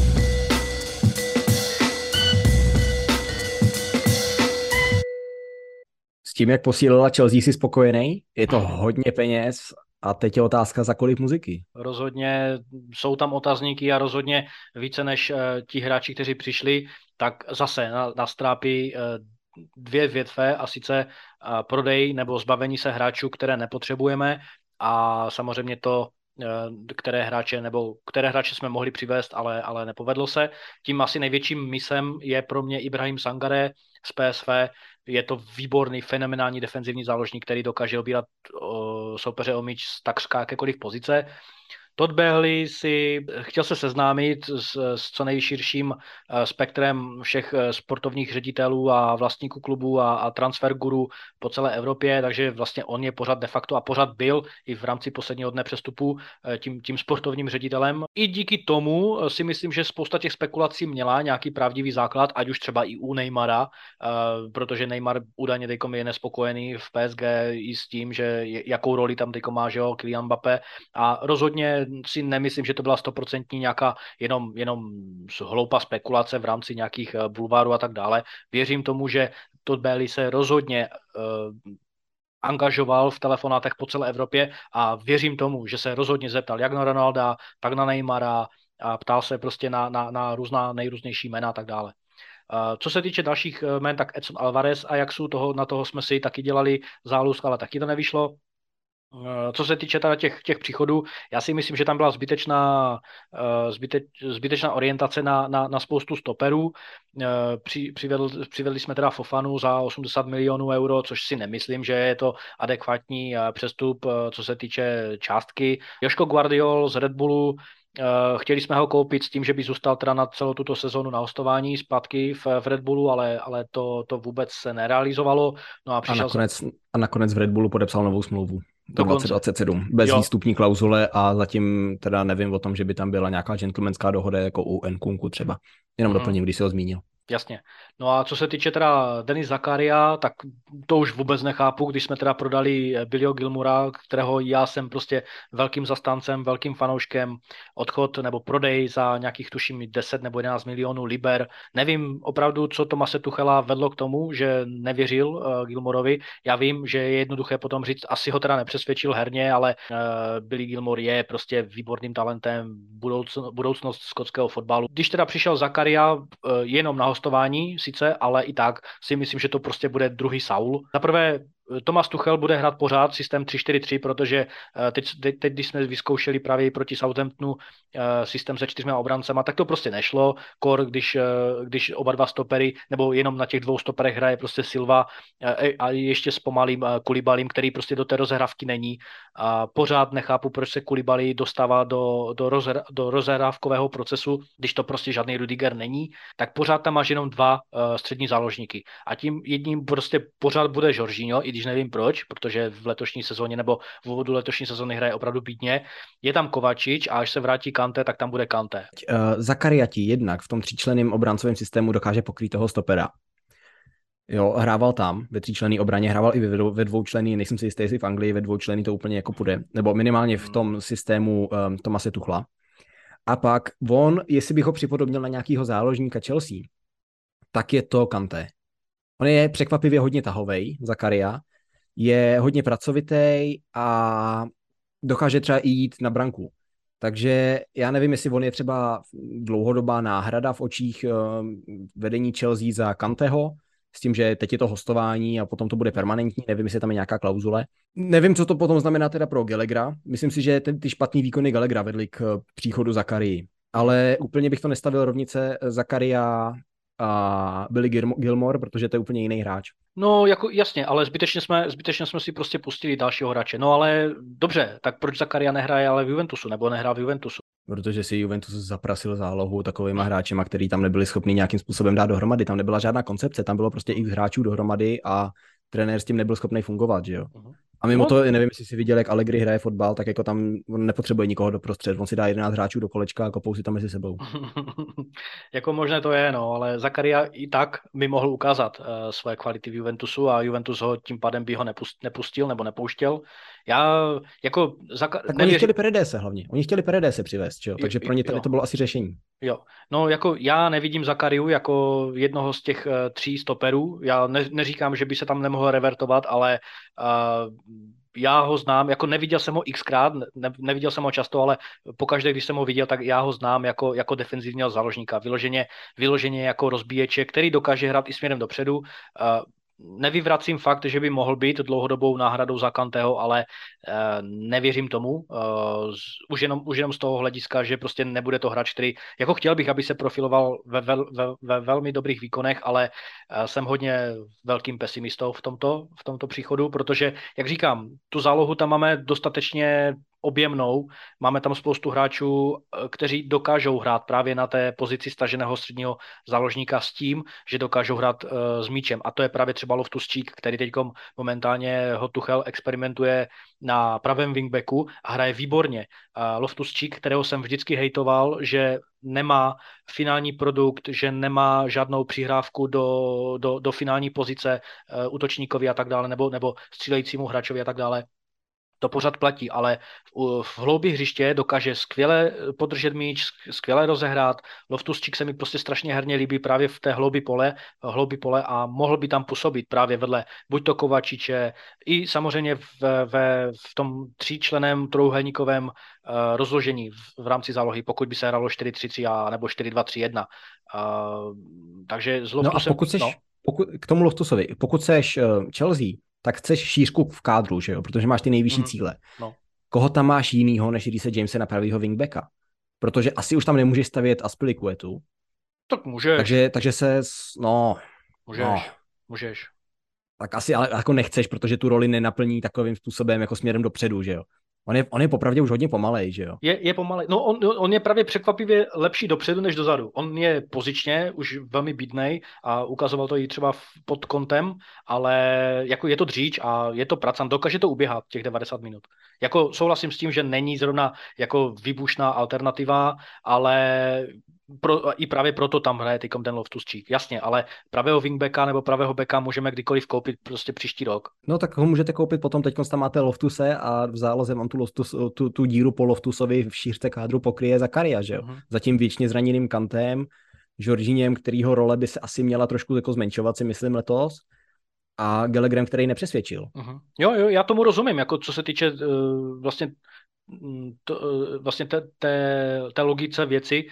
S1: S tím, jak posílila Chelsea, jsi spokojený? Je to hodně peněz a teď je otázka, za kolik muziky.
S2: Rozhodně jsou tam otazníky a rozhodně více než ti hráči, kteří přišli, tak zase nás trápí dvě větve a sice prodej nebo zbavení se hráčů, které nepotřebujeme a samozřejmě to, které hráče jsme mohli přivést, ale nepovedlo se. Tím asi největším misem je pro mě Ibrahim Sangaré z PSV. Je to výborný, fenomenální defenzivní záložník, který dokáže obírat soupeře o míč z takřka jakékoliv pozice. Todd Boehly chtěl se seznámit s co nejširším spektrem všech sportovních ředitelů a vlastníků klubů a transfer guru po celé Evropě, takže vlastně on je pořád de facto a pořád byl i v rámci posledního dne přestupu tím sportovním ředitelem. I díky tomu si myslím, že spousta těch spekulací měla nějaký pravdivý základ, ať už třeba i u Neymara, protože Neymar údajně teďkom je nespokojený v PSG i s tím, že jakou roli tam teďkom má, že jo, Kylian Mbappé a rozhodně si nemyslím, že to byla 100% nějaká jenom hloupá spekulace v rámci nějakých bulvárů a tak dále. Věřím tomu, že Todd Boehly se rozhodně angažoval v telefonátech po celé Evropě a věřím tomu, že se rozhodně zeptal jak na Ronalda, tak na Neymara a ptal se prostě na různá nejrůznější jména a tak dále. Co se týče dalších jmén, tak Edson Alvarez a Ajaxu, na toho jsme si taky dělali zálusk, ale taky to nevyšlo. Co se týče teda těch příchodů, já si myslím, že tam byla zbytečná orientace na spoustu stoperů. Přivedli jsme teda Fofanu za 80 milionů euro, což si nemyslím, že je to adekvátní přestup, co se týče částky. Joško Guardiol z Red Bullu, chtěli jsme ho koupit s tím, že by zůstal teda na celou tuto sezonu na hostování zpátky v Red Bullu, ale to vůbec se nerealizovalo. No a přišel
S1: A nakonec v Red Bullu podepsal novou smlouvu do
S2: dokonce.
S1: 2027, bez výstupní klauzule a zatím teda nevím o tom, že by tam byla nějaká gentlemanská dohoda jako u Nkunku třeba. Jenom doplním, když si ho zmínil.
S2: Jasně. No a co se týče teda Denis Zakaria, tak to už vůbec nechápu, když jsme teda prodali Billyho Gilmoura, kterého já jsem prostě velkým zastáncem, velkým fanouškem, odchod nebo prodej za nějakých tuším 10 nebo 11 milionů liber. Nevím opravdu, co Tomase Tuchela vedlo k tomu, že nevěřil Gilmourovi. Já vím, že je jednoduché potom říct, asi ho teda nepřesvědčil herně, ale Billy Gilmour je prostě výborným talentem, budoucnost skotského fotbalu. Když teda přišel Zakaria jenom na hostování sice, ale i tak si myslím, že to prostě bude druhý Saul. Za prvé Thomas Tuchel bude hrát pořád systém 3-4-3, protože teď, když jsme vyzkoušeli právě proti Southamptonu systém se 4 obrancema, tak to prostě nešlo. Když oba dva stopery, nebo jenom na těch dvou stoperech hraje prostě Silva a ještě s pomalým Koulibalym, který prostě do té rozehrávky není. A pořád nechápu, proč se Koulibaly dostává do rozehrávkového procesu, když to prostě žádný Rudiger není, tak pořád tam máš jenom dva střední záložníky. A tím jedním prostě pořád bude Jorginho, i když nevím proč, protože v letošní sezóně nebo v úvodu letošní sezóny hraje opravdu bídně. Je tam Kovačič a až se vrátí Kante, tak tam bude Kante.
S1: Zakaria ti jednak v tom tříčlenném obrancovém systému dokáže pokrýt toho stopera. Jo, hrával tam ve tříčlenný obraně, hrával i ve dvoučlenný, nejsem si jistý, jestli v Anglii ve dvoučlenný to úplně jako půjde, nebo minimálně v tom systému Tomase Tuchla. A pak on, jestli bych ho připodobnil na nějakého záložníka Chelsea, tak je to Kanté. On je překvapivě hodně tahovej, Zakaria, je hodně pracovitý a dokáže třeba i jít na branku. Takže já nevím, jestli on je třeba dlouhodobá náhrada v očích vedení Chelsea za Kanteho, s tím, že teď je to hostování a potom to bude permanentní, nevím, jestli tam je nějaká klauzule. Nevím, co to potom znamená teda pro Gallaghera. Myslím si, že ty špatný výkony Gallaghera vedly k příchodu Zakarii. Ale úplně bych to nestavil rovnice Zakaria a Billy Gilmour, protože to je úplně jiný hráč.
S2: No, jako jasně, ale zbytečně jsme si prostě pustili dalšího hráče. No ale dobře, tak proč Zakaria nehraje ale v Juventusu, nebo nehrá v Juventusu?
S1: Protože si Juventus zaprasil zálohu takovýma hráčema, který tam nebyli schopni nějakým způsobem dát dohromady. Tam nebyla žádná koncepce, tam bylo prostě x hráčů dohromady a trenér s tím nebyl schopný fungovat, že jo. A mimo to, nevím, jestli si viděl, jak Allegri hraje fotbal, tak jako tam on nepotřebuje nikoho doprostřed, on si dá 11 hráčů do kolečka a kopou si tam mezi sebou.
S2: Jako možné to je, no, ale Zakaria i tak by mohl ukázat svoje kvality v Juventusu a Juventus ho tím pádem by ho nepustil nebo nepouštěl. Já jako
S1: Oni chtěli Paredese hlavně. Oni chtěli Paredese přivést, jo? Takže pro ně to bylo asi řešení.
S2: Jo, no jako já nevidím Zakariu jako jednoho z těch 3 stoperů. Já neříkám, že by se tam nemohl revertovat, ale já ho znám, jako neviděl jsem ho xkrát, neviděl jsem ho často, ale pokaždé, když jsem ho viděl, tak já ho znám jako defenzivního záložníka, vyloženě jako rozbíječe, který dokáže hrát i směrem dopředu. Nevyvracím fakt, že by mohl být dlouhodobou náhradou za Kanteho, ale nevěřím tomu. Už jenom z toho hlediska, že prostě nebude to hráč, který, jako chtěl bych, aby se profiloval ve velmi dobrých výkonech, ale jsem hodně velkým pesimistou v tomto příchodu, protože, jak říkám, tu zálohu tam máme dostatečně objemnou. Máme tam spoustu hráčů, kteří dokážou hrát právě na té pozici staženého středního záložníka s tím, že dokážou hrát s míčem. A to je právě třeba Loftus-Cheek, který teď momentálně ho Tuchel experimentuje na pravém wingbacku a hraje výborně. Loftus-Cheek, kterého jsem vždycky hejtoval, že nemá finální produkt, že nemá žádnou přihrávku do finální pozice útočníkovi a tak dále, nebo střílejícímu hráčovi a tak dále. To pořád platí, ale v hloubi hřiště dokáže skvěle podržet míč, skvěle rozehrát. Loftus-Cheek se mi prostě strašně herně líbí právě v té hloubi pole a mohl by tam působit právě vedle buď to Kovačiče, i samozřejmě v tom 3členném trojúhelníkovém rozložení v rámci zálohy, pokud by se hralo 4-3-3 nebo 4-2-3-1. Takže z Loftusem...
S1: No a k tomu Loftusovi, pokud seš Chelsea, tak chceš šířku v kádru, že jo? Protože máš ty nejvyšší cíle.
S2: No.
S1: Koho tam máš jinýho, než když se Jamese na pravýho wingbacka? Protože asi už tam nemůžeš stavět Aspilicuetu.
S2: Tak můžeš.
S1: Takže no.
S2: Můžeš.
S1: Tak asi ale jako nechceš, protože tu roli nenaplní takovým způsobem jako směrem dopředu, že jo? On je popravdě už hodně pomalej, že jo?
S2: Je pomalej. No on je právě překvapivě lepší dopředu než dozadu. On je pozičně už velmi bídnej a ukazoval to i třeba pod kontem, ale jako je to dříč a je to pracant, dokáže to uběhat těch 90 minut. Jako souhlasím s tím, že není zrovna jako výbušná alternativa, ale i právě proto tam hraje tykom ten Loftus-Cheek. Jasně, ale pravého wingbacka nebo pravého backa můžeme kdykoliv koupit prostě příští rok.
S1: No tak ho můžete koupit potom, teď tam máte Loftuse a v záloze vám tu díru po Loftusovi v šířce kádru pokryje Zakaria, že jo? Za tím věčně zraněným Kantem, Jorginhem, kterýho role by se asi měla trošku jako zmenšovat, si myslím letos, a Gallagherem, který nepřesvědčil.
S2: Jo, já tomu rozumím, jako co se týče vlastně té logice věci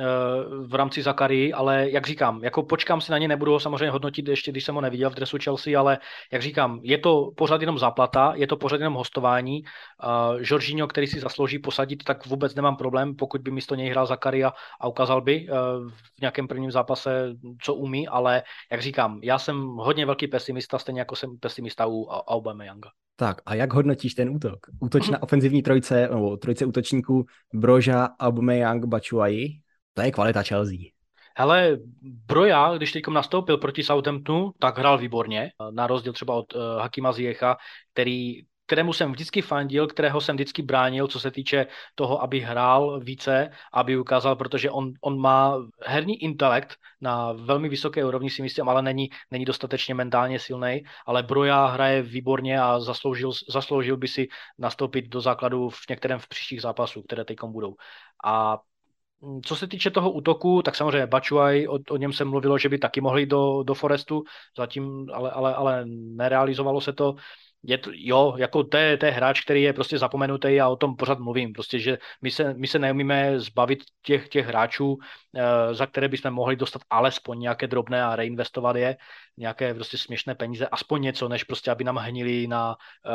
S2: v rámci Zakarii, ale jak říkám, jako počkám si na ně, nebudu ho samozřejmě hodnotit ještě, když jsem ho neviděl v dresu Chelsea, ale jak říkám, je to pořád jenom záplata, je to pořád jenom hostování. Jorginho, který si zaslouží posadit, tak vůbec nemám problém, pokud by místo něj hrál Zakaria a ukázal by v nějakém prvním zápase, co umí, ale jak říkám, já jsem hodně velký pesimista, stejně jako jsem pesimista u Aubameyanga.
S1: Tak a jak hodnotíš ten útok? Útočná ofenzivní trojce útočníků Broja, Aubameyang, Batshuayi? To je kvalita Chelsea.
S2: Hele, Broja, když teďkom nastoupil proti Southamptonu, tak hrál výborně, na rozdíl třeba od Hakima Ziyecha, kterému jsem vždycky fandil, kterého jsem vždycky bránil, co se týče toho, aby hrál více, aby ukázal, protože on má herní intelekt na velmi vysoké úrovni, si myslím, ale není dostatečně mentálně silný, ale Broja hraje výborně a zasloužil by si nastoupit do základu v některém v příštích zápasů, které teďkom budou. A co se týče toho útoku, tak samozřejmě Batshuayi, o něm se mluvilo, že by taky mohli do Forestu, zatím, ale nerealizovalo se to. Jako to je hráč, který je prostě zapomenutý a o tom pořád mluvím. Prostě, že my se neumíme zbavit těch hráčů, za které bychom mohli dostat alespoň nějaké drobné a reinvestovat je, nějaké prostě směšné peníze, aspoň něco, než prostě, aby nám hnili na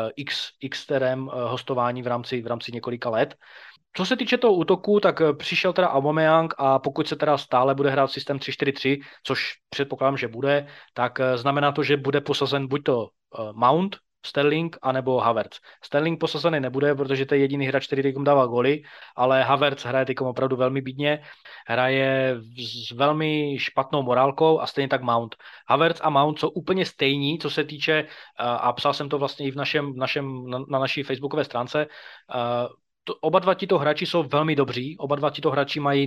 S2: x terém hostování v rámci několika let. Co se týče toho útoku, tak přišel teda Aubameyang a pokud se teda stále bude hrát systém 3-4-3, což předpokládám, že bude, tak znamená to, že bude posazen buď to Mount, Sterling anebo Havertz. Sterling posazený nebude, protože to je jediný hráč, který teďkom dává goly, ale Havertz hraje teďkom opravdu velmi bídně, hraje s velmi špatnou morálkou a stejně tak Mount. Havertz a Mount jsou úplně stejní, co se týče, a psal jsem to vlastně i na naší facebookové stránce, oba dva tito hráči jsou velmi dobří, oba dva tito hráči mají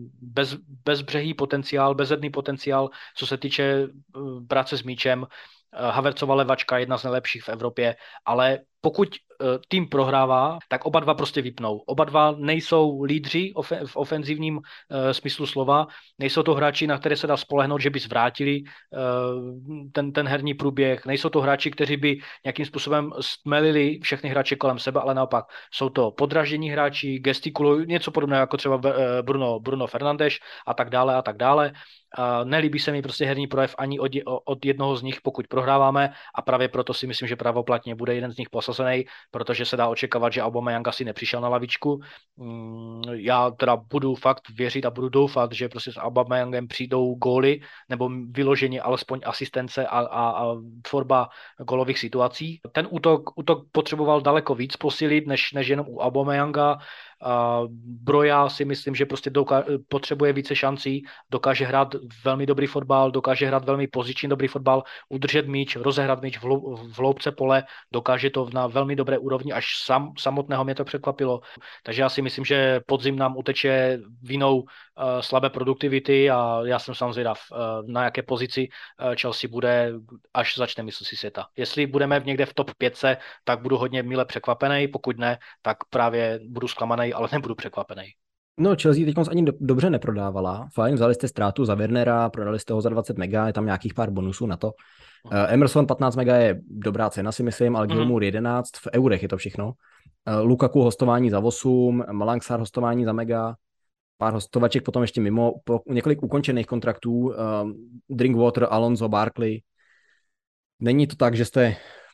S2: bezbřehý potenciál, bezedný potenciál, co se týče práce s míčem. Havertzova levačka, jedna z nejlepších v Evropě, ale pokud tým prohrává, tak oba dva prostě vypnou. Oba dva nejsou lídři v ofenzivním smyslu slova, nejsou to hráči, na které se dá spolehnout, že by zvrátili ten herní průběh, nejsou to hráči, kteří by nějakým způsobem stmelili všechny hráče kolem sebe, ale naopak jsou to podraždění hráči, gestikulují, něco podobného jako třeba Bruno Fernandes a tak dále. Nelíbí se mi prostě herní projev ani od jednoho z nich, pokud prohráváme, a právě proto si myslím, že pravoplatně bude jeden z nich posazený, protože se dá očekávat, že Aubameyang asi nepřišel na lavičku. Já teda budu fakt věřit a budu doufat, že prostě s Aubameyangem přijdou góly nebo vyloženě alespoň asistence a tvorba gólových situací. Ten útok potřeboval daleko víc posílit, než jenom u Aubameyanga. Broja si myslím, že prostě potřebuje více šancí, dokáže hrát velmi dobrý fotbal, dokáže hrát velmi poziční dobrý fotbal, udržet míč, rozehrát míč v hloubce pole, dokáže to na velmi dobré úrovni, až samotného mě to překvapilo. Takže já si myslím, že podzim nám uteče vinou slabé produktivity a já jsem sám zvědav, na jaké pozici Chelsea bude, až začne mistrovství světa. Jestli budeme někde v top 5, tak budu hodně mile překvapený, pokud ne, tak právě budu zklamaný, ale nebudu překvapený.
S1: No, Chelsea teď ani dobře neprodávala. Fajn, vzali jste ztrátu za Wernera, prodali jste ho za 20 mega, je tam nějakých pár bonusů na to. Emerson 15 mega je dobrá cena, si myslím, ale Gilmour 11, v eurech je to všechno. Lukaku hostování za 8, Malangsar hostování za mega, pár hostovaček potom ještě mimo, několik ukončených kontraktů, Drinkwater, Alonso, Barkley. Není to tak, že jste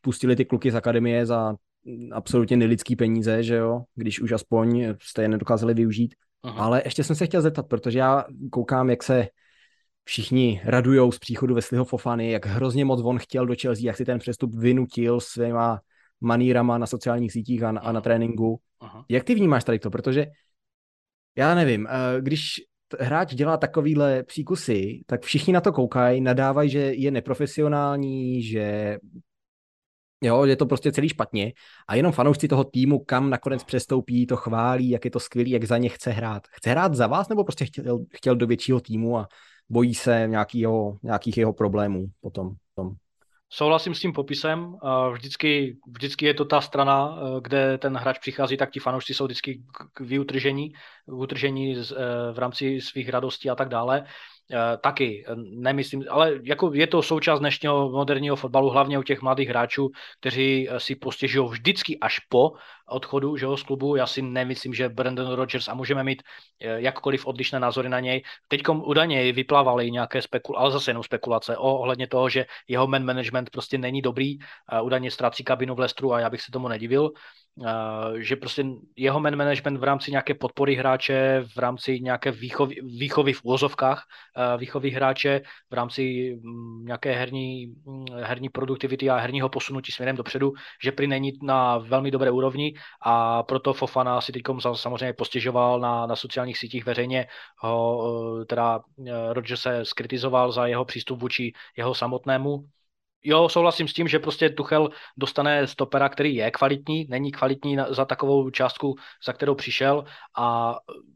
S1: pustili ty kluky z akademie za absolutně nelidský peníze, že jo, když už aspoň jste je nedokázali využít. Ale ještě jsem se chtěl zeptat, protože já koukám, jak se všichni radujou z příchodu Wesleyho Fofany, jak hrozně moc on chtěl do Chelsea, jak si ten přestup vynutil svýma manírama na sociálních sítích a na tréninku. Jak ty vnímáš tady to? Protože já nevím, když hráč dělá takovýhle příkusy, tak všichni na to koukají, nadávají, že je neprofesionální, že jo, je to prostě celý špatně a jenom fanoušci toho týmu, kam nakonec přestoupí, to chválí, jak je to skvělý, jak za ně chce hrát. Chce hrát za vás nebo prostě chtěl do většího týmu a bojí se nějakých jeho problémů potom?
S2: Souhlasím s tím popisem. Vždycky je to ta strana, kde ten hráč přichází, tak ti fanoušci jsou vždycky vyutržení v rámci svých radostí a tak dále. Taky nemyslím, ale jako je to součást dnešního moderního fotbalu, hlavně u těch mladých hráčů, kteří si postěžují vždycky až po odchodu, že jo, z klubu. Já si nemyslím, že Brendan Rodgers, a můžeme mít jakkoliv odlišné názory na něj, teďkom údajně vyplávaly nějaké ale zase jenom spekulace ohledně toho, že jeho man management prostě není dobrý, údajně ztrácí kabinu v Leicesteru a já bych se tomu nedivil. Že prostě jeho man management v rámci nějaké podpory hráče, v rámci nějaké výchovy v úvozovkách výchovy hráče, v rámci nějaké herní produktivity a herního posunutí směrem dopředu, že prý není na velmi dobré úrovni a proto Fofana si teď samozřejmě postěžoval na sociálních sítích veřejně, teda Rodgers se skritizoval za jeho přístup vůči jeho samotnému. Jo, souhlasím s tím, že prostě Tuchel dostane stopera, který je kvalitní, není kvalitní za takovou částku, za kterou přišel a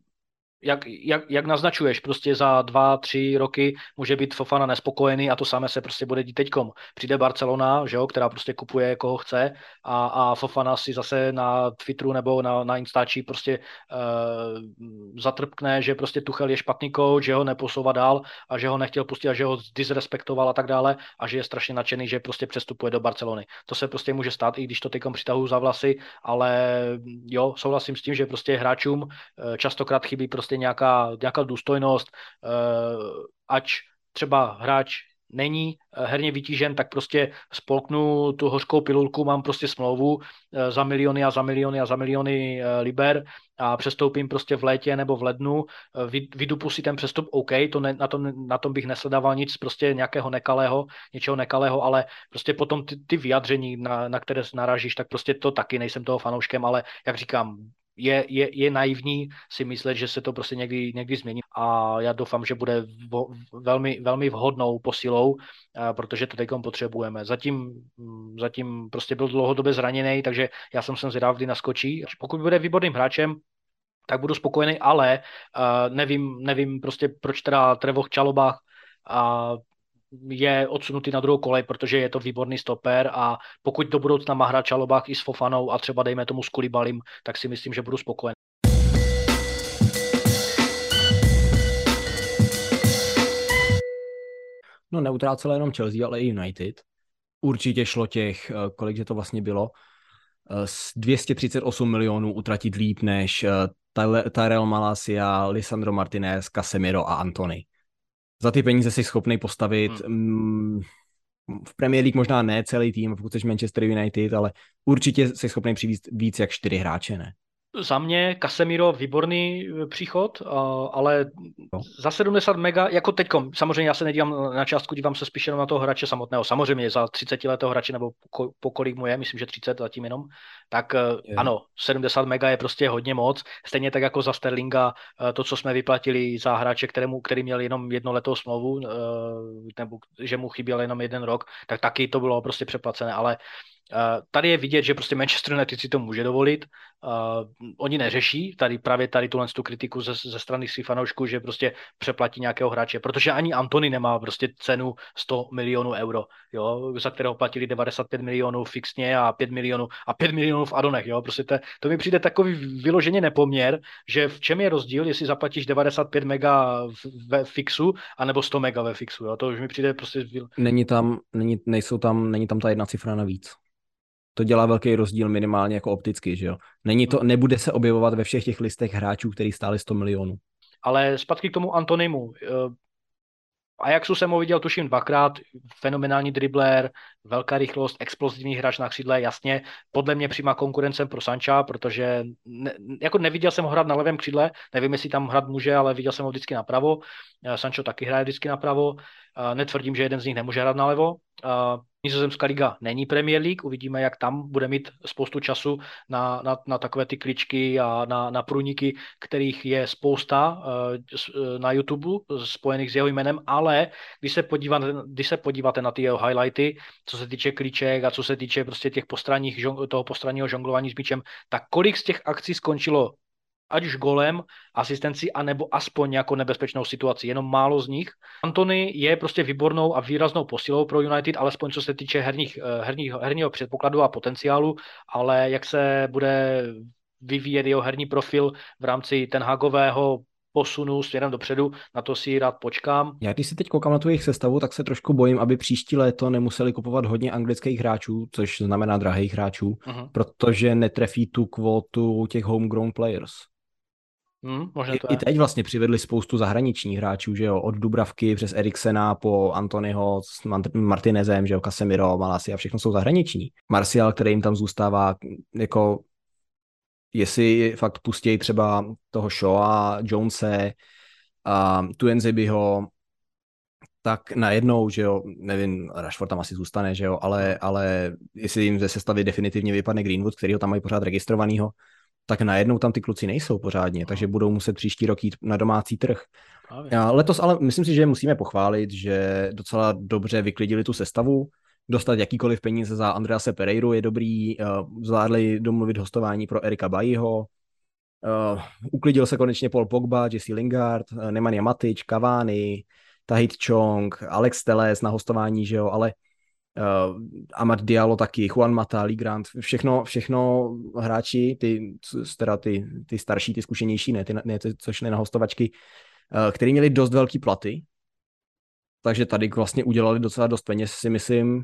S2: jak naznačuješ, prostě za 2-3 roky může být Fofana nespokojený a to samé se prostě bude dít teďkom. Přijde Barcelona, že jo, která prostě kupuje koho chce a Fofana si zase na Twitteru nebo na Instači prostě zatrpkne, že prostě Tuchel je špatný coach, že ho neposouvá dál a že ho nechtěl pustit a že ho disrespektoval a tak dále a že je strašně nadšený, že prostě přestupuje do Barcelony. To se prostě může stát, i když to teďkom přitahují za vlasy, ale jo, souhlasím s tím, že prostě hráčům častokrát chybí prostě nějaká důstojnost, ať třeba hráč není herně vytížen, tak prostě spolknu tu hořkou pilulku, mám prostě smlouvu za miliony a za miliony a za miliony liber a přestoupím prostě v létě nebo v lednu, vydupu si ten přestup, OK, na tom bych nesledával nic prostě něčeho nekalého, ale prostě potom ty vyjadření, na které narážíš, tak prostě to taky nejsem toho fanouškem, ale jak říkám, je naivní si myslet, že se to prostě někdy změní a já doufám, že bude velmi, velmi vhodnou posilou, protože to teďkom potřebujeme. Zatím prostě byl dlouhodobě zraněný, takže já jsem zvědav, kdy naskočí. Pokud bude výborným hráčem, tak budu spokojený, ale nevím prostě, proč teda Trevoh Chalobah je odsunutý na druhou kolej, protože je to výborný stoper a pokud do budoucna má hrát Chalobah i s Fofanou a třeba dejme tomu s Koulibalim, tak si myslím, že budu spokojený.
S1: No neutrácelo jenom Chelsea, ale i United. Určitě šlo kolik to vlastně bylo, z 238 milionů utratit líp než Tyrell Malacia, Lisandro Martinez, Casemiro a Antony. Za ty peníze jsi schopný postavit v Premier League možná ne celý tým, pokud jsi Manchester United, ale určitě jsi schopný přivést víc jak 4 hráče, ne?
S2: Za mě Casemiro výborný příchod, ale za 70 mega, jako teďkom, samozřejmě já se nedívám na částku, dívám se spíš jenom na toho hráče samotného, samozřejmě za 30letého hráče, nebo po kolik mu je, myslím, že 30 zatím jenom, tak ano, 70 mega je prostě hodně moc, stejně tak jako za Sterlinga, to, co jsme vyplatili za hráče, který měl jenom jednoletou smlouvu, nebo že mu chyběl jenom 1 rok, tak taky to bylo prostě přeplacené, ale tady je vidět, že prostě Manchester United si to může dovolit. Oni neřeší právě tu kritiku ze strany svých fanoušků, že prostě přeplatí nějakého hráče, protože ani Antony nemá prostě cenu 100 milionů euro, jo, za kterého platili 95 milionů fixně a 5 milionů v adonech, jo, prostě to mi přijde takový vyloženě nepoměr, že v čem je rozdíl, jestli zaplatíš 95 mega ve fixu, anebo 100 mega ve fixu, jo, to už mi přijde prostě...
S1: Není tam ta jedna cifra navíc. To dělá velký rozdíl minimálně jako opticky, že jo. Nebude se objevovat ve všech těch listech hráčů, který stáli 100 milionů.
S2: Ale zpátky k tomu Antonymu. Ajaxu jsem ho viděl tuším dvakrát, fenomenální dribler, velká rychlost, explozivní hráč na křídle, jasně, podle mě přímá konkurencem pro Sancha, protože jako neviděl jsem ho hrát na levém křídle, nevím, jestli tam hrát může, ale viděl jsem ho vždycky napravo, Sancho taky hraje vždycky napravo, netvrdím, že jeden z nich nemůže hrát nalevo, Nizozemská liga není Premier League, uvidíme, jak tam bude mít spoustu času na takové ty kličky a na průniky, kterých je spousta na YouTube spojených s jeho jménem, ale když se podíváte na ty jeho highlighty, co se týče klíček a co se týče prostě toho postranního žonglování s míčem, tak kolik z těch akcí skončilo ať už golem, asistenci, anebo aspoň nějakou nebezpečnou situaci. Jenom málo z nich. Antony je prostě výbornou a výraznou posilou pro United, alespoň co se týče herního předpokladu a potenciálu, ale jak se bude vyvíjet jeho herní profil v rámci Ten Hagového posunu směrem dopředu, na to si rád počkám.
S1: Já když si teď koukám na tu jejich sestavu, tak se trošku bojím, aby příští léto nemuseli kupovat hodně anglických hráčů, což znamená drahých hráčů, protože netrefí tu kvotu těch homegrown players.
S2: Možná to
S1: I teď vlastně přivedli spoustu zahraničních hráčů, že jo, od Dubravky přes Eriksena po Antonyho s Martinezem, že jo, Casemiro, Malasi a všechno jsou zahraniční. Martial, který jim tam zůstává, jako jestli fakt pustí třeba toho Shawa, Jonese a Tuenzebiho, tak najednou, že jo, nevím, Rashford tam asi zůstane, že jo, ale jestli jim ze sestavy definitivně vypadne Greenwood, který ho tam mají pořád registrovanýho, tak najednou tam ty kluci nejsou pořádně, takže budou muset příští rok jít na domácí trh. Letos ale myslím si, že musíme pochválit, že docela dobře vyklidili tu sestavu, dostat jakýkoliv peníze za Andrease Pereiru je dobrý, zvládli domluvit hostování pro Erika Baillyho, uklidil se konečně Paul Pogba, Jesse Lingard, Nemanja Matic, Cavani, Tahith Chong, Alex Telles na hostování, že jo, ale Amad Diallo taky, Juan Mata, Lee Grant, všechno hráči, ty starší, ty zkušenější, ne co šli na hostovačky, který měli dost velký platy, takže tady vlastně udělali docela dost peněz, si myslím,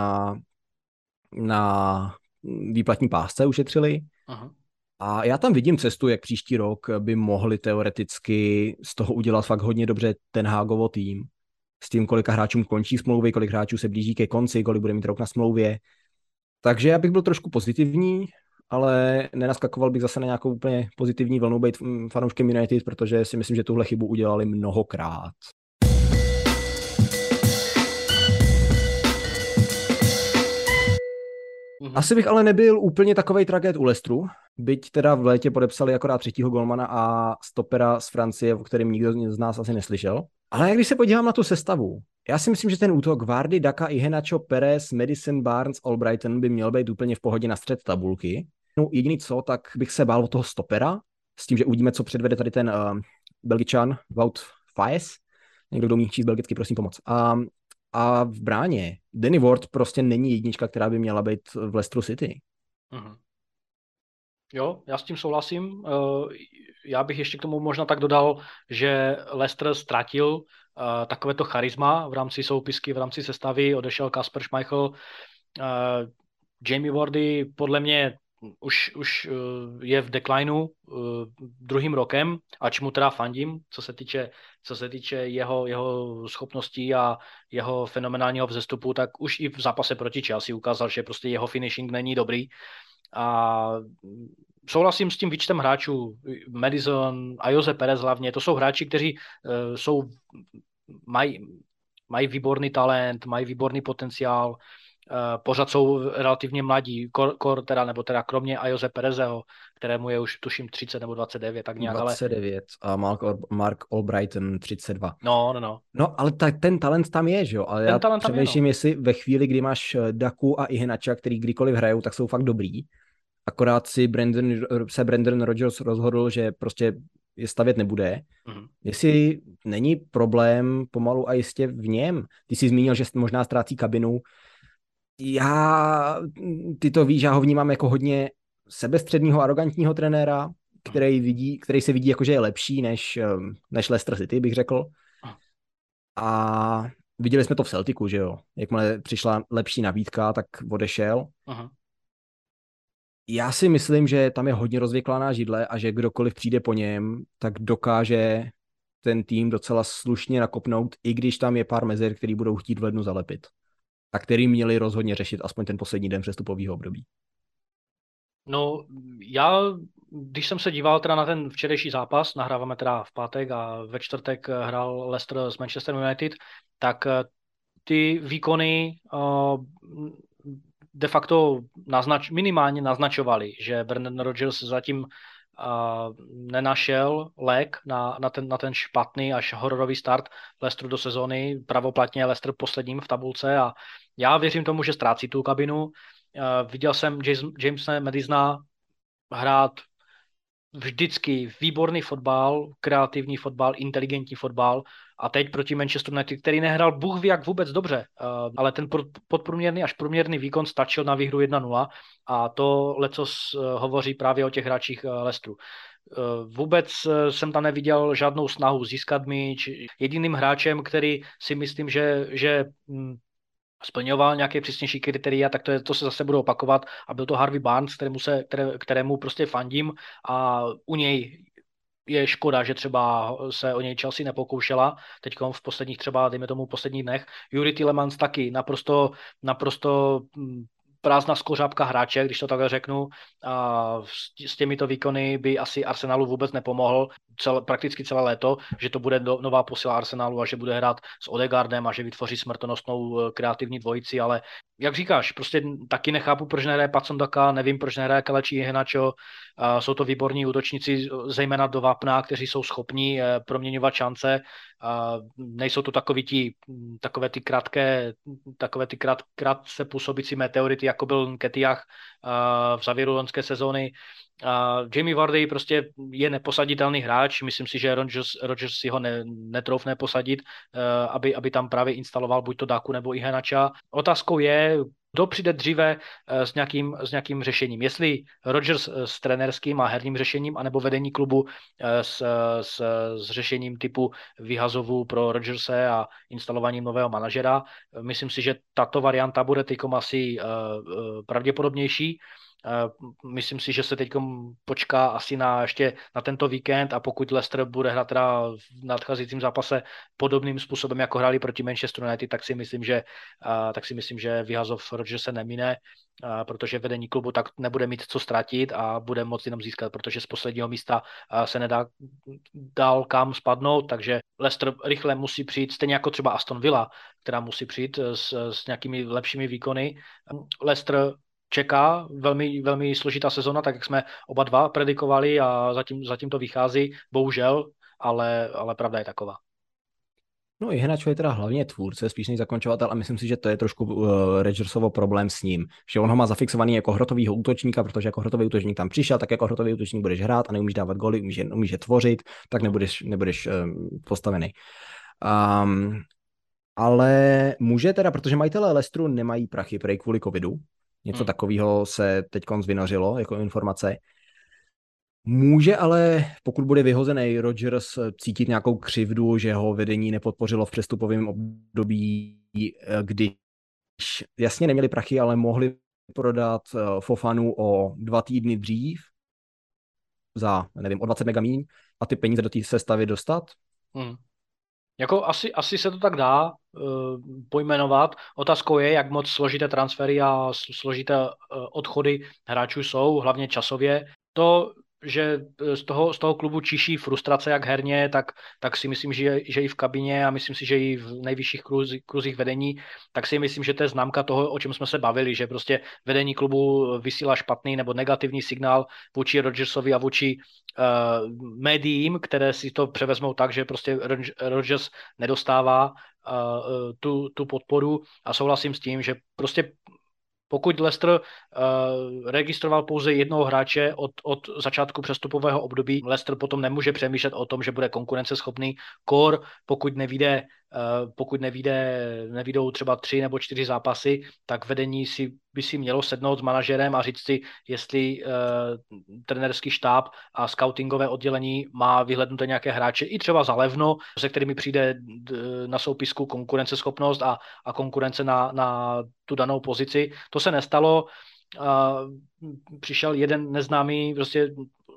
S1: na výplatní pásce ušetřili. Aha. A já tam vidím cestu, jak příští rok by mohli teoreticky z toho udělat fakt hodně dobře Ten Hagovo tým. S tím, kolika hráčům končí smlouvy, kolik hráčů se blíží ke konci, kolik bude mít rok na smlouvě. Takže já bych byl trošku pozitivní, ale nenaskakoval bych zase na nějakou úplně pozitivní vlnu být fanouškem United, protože si myslím, že tuhle chybu udělali mnohokrát. Asi bych ale nebyl úplně takovej tragéd u Leicesteru, byť teda v létě podepsali akorát třetího golmana a stopera z Francie, o kterém nikdo z nás asi neslyšel. Ale když se podívám na tu sestavu, já si myslím, že ten útok Vardy, Daka, Iheanacho, Perez, Madison, Barnes, Albrighton by měl být úplně v pohodě na střed tabulky. No, jediný co, tak bych se bál o toho stopera, s tím, že uvidíme, co předvede tady ten Belgičan Wout Faes. Někdo, kdo umí číst belgicky, prosím pomoc. A v bráně Danny Ward prostě není jednička, která by měla být v Leicesteru City.
S2: Mhm. Jo, já s tím souhlasím. Já bych ještě k tomu možná tak dodal, že Leicester ztratil takovéto charisma v rámci soupisky, v rámci sestavy. Odešel Kasper Schmeichel. Jamie Vardy podle mě už je v declineu druhým rokem, ač mu teda fandím, co se týče jeho schopností a jeho fenomenálního vzestupu, tak už i v zápase proti Chelsea ukázal, že prostě jeho finishing není dobrý. A souhlasím s tím výčtem hráčů, Madison a Jose Perez hlavně, to jsou hráči, kteří mají výborný talent, mají výborný potenciál, pořád jsou relativně mladí, teda kromě Jose Perezeho, kterému je už tuším 30 nebo 29, tak nějak.
S1: 29 a Mark Albrighton 32.
S2: No.
S1: No, ale ten talent tam je, že jo? Ale já přemýšlím, jestli ve chvíli, kdy máš Daku a Iheanacha, který kdykoliv hrajou, tak jsou fakt dobrý. Akorát si Brendan Rodgers rozhodl, že prostě je stavět nebude. Jestli není problém pomalu a jistě v něm. Ty jsi zmínil, že možná ztrácí kabinu. Ty to víš, já ho vnímám jako hodně sebestředního, arrogantního trenéra, který se vidí jako, že je lepší než Leicester City, bych řekl. A viděli jsme to v Celticu, že jo. Jakmile přišla lepší nabídka, tak odešel. Aha. Já si myslím, že tam je hodně rozvěklaná židle a že kdokoliv přijde po něm, tak dokáže ten tým docela slušně nakopnout, i když tam je pár mezer, který budou chtít v lednu zalepit. A který měli rozhodně řešit aspoň ten poslední den přestupového období.
S2: No, já, když jsem se díval teda na ten včerejší zápas, nahráváme teda v pátek a ve čtvrtek hrál Leicester s Manchester United, tak ty výkony de facto minimálně naznačovaly, že Brendan Rodgers zatím nenašel lék na ten špatný až hororový start Leicesteru do sezóny. Pravoplatně Leicester posledním v tabulce a já věřím tomu, že ztrácí tu kabinu. Viděl jsem Jamesa Madisona hrát vždycky výborný fotbal, kreativní fotbal, inteligentní fotbal a teď proti Manchester United, který nehrál bůh ví jak vůbec dobře, ale ten podprůměrný až průměrný výkon stačil na výhru 1-0 a to letos hovoří právě o těch hráčích Leicesteru. Vůbec jsem tam neviděl žádnou snahu získat míč. Jediným hráčem, který si myslím, že splňoval nějaké přísnější kritéria, tak to se zase bude opakovat a byl to Harvey Barnes, kterému prostě fandím a u něj je škoda, že třeba se o něj Chelsea nepokoušela teď v posledních třeba, dejme tomu, posledních dnech. Yuri Tielemans taky naprosto prázdná skořápka hráče, když to takhle řeknu. A s těmito výkony by asi Arsenalu vůbec nepomohl prakticky celé léto, že to bude nová posila Arsenalu a že bude hrát s Odegaardem a že vytvoří smrtonosnou kreativní dvojici, ale jak říkáš, prostě taky nechápu, proč nehraje Patsondaka, nevím, proč nehraje Kelechi Iheanacho. Jsou to výborní útočníci, zejména do vápna, kteří jsou schopní proměňovat šance. Nejsou to takové ty krátce působící meteority, jako byl Nketiah v závěru loňské sezóny. Jamie Vardy prostě je neposaditelný hráč, myslím si, že Rodgers si ho netroufne posadit, aby tam právě instaloval buď to Daku nebo Iheanacha. Otázkou je, kdo přijde dříve s nějakým řešením. Jestli Rodgers s trenérským a herním řešením, anebo vedení klubu s řešením typu vyhazovu pro Rodgerse a instalováním nového manažera. Myslím si, že tato varianta bude teďkom asi pravděpodobnější. Myslím si, že se teď počká asi ještě na tento víkend a pokud Leicester bude hrát teda v nadcházejícím zápase podobným způsobem, jako hráli proti Manchester United, tak si myslím, že vyhazov Rodgers se nemine, protože vedení klubu tak nebude mít co ztratit a bude moct jenom získat, protože z posledního místa se nedá dál kam spadnout, takže Leicester rychle musí přijít, stejně jako třeba Aston Villa, která musí přijít s nějakými lepšími výkony. Leicester čeká velmi, velmi složitá sezona, tak jak jsme oba dva predikovali a zatím to vychází, bohužel, ale pravda je taková.
S1: No Iheanacho je teda hlavně tvůrce, spíš než zakončovatel a myslím si, že to je trošku Rodgersovo problém s ním, že on ho má zafixovaný jako hrotovýho útočníka, protože jako hrotový útočník tam přišel, tak jako hrotový útočník budeš hrát a neumíš dávat goly, umíš je tvořit, tak nebudeš postavený. Ale může teda, protože majitelé Leicesteru nemají prachy prej kvůli covidu, něco takového se teď vynořilo jako informace. Může ale, pokud bude vyhozený Rodgers, cítit nějakou křivdu, že ho vedení nepodpořilo v přestupovém období, když jasně neměli prachy, ale mohli prodat Fofanu o 2 týdny dřív za, nevím, o 20 mega míň a ty peníze do té sestavy dostat?
S2: Jako asi se to tak dá pojmenovat. Otázkou je, jak moc složité transfery a složité odchody hráčů jsou, hlavně časově. To, že z toho klubu čiší frustrace jak herně, tak si myslím, že i v kabině a myslím si, že i v nejvyšších kruzích vedení, tak si myslím, že to je známka toho, o čem jsme se bavili, že prostě vedení klubu vysílá špatný nebo negativní signál vůči Rodgersovi a vůči médiím, které si to převezmou tak, že prostě Rodgers nedostává tu podporu a souhlasím s tím, že prostě pokud Leicester registroval pouze jednoho hráče od začátku přestupového období, Leicester potom nemůže přemýšlet o tom, že bude konkurenceschopný kor, pokud nevídou třeba 3 nebo 4 zápasy, tak vedení by si mělo sednout s manažerem a říct si, jestli trenérský štáb a scoutingové oddělení má vyhlednuté nějaké hráče i třeba za levno, se kterými přijde na soupisku konkurenceschopnost a konkurence na tu danou pozici. To se nestalo. Přišel jeden neznámý prostě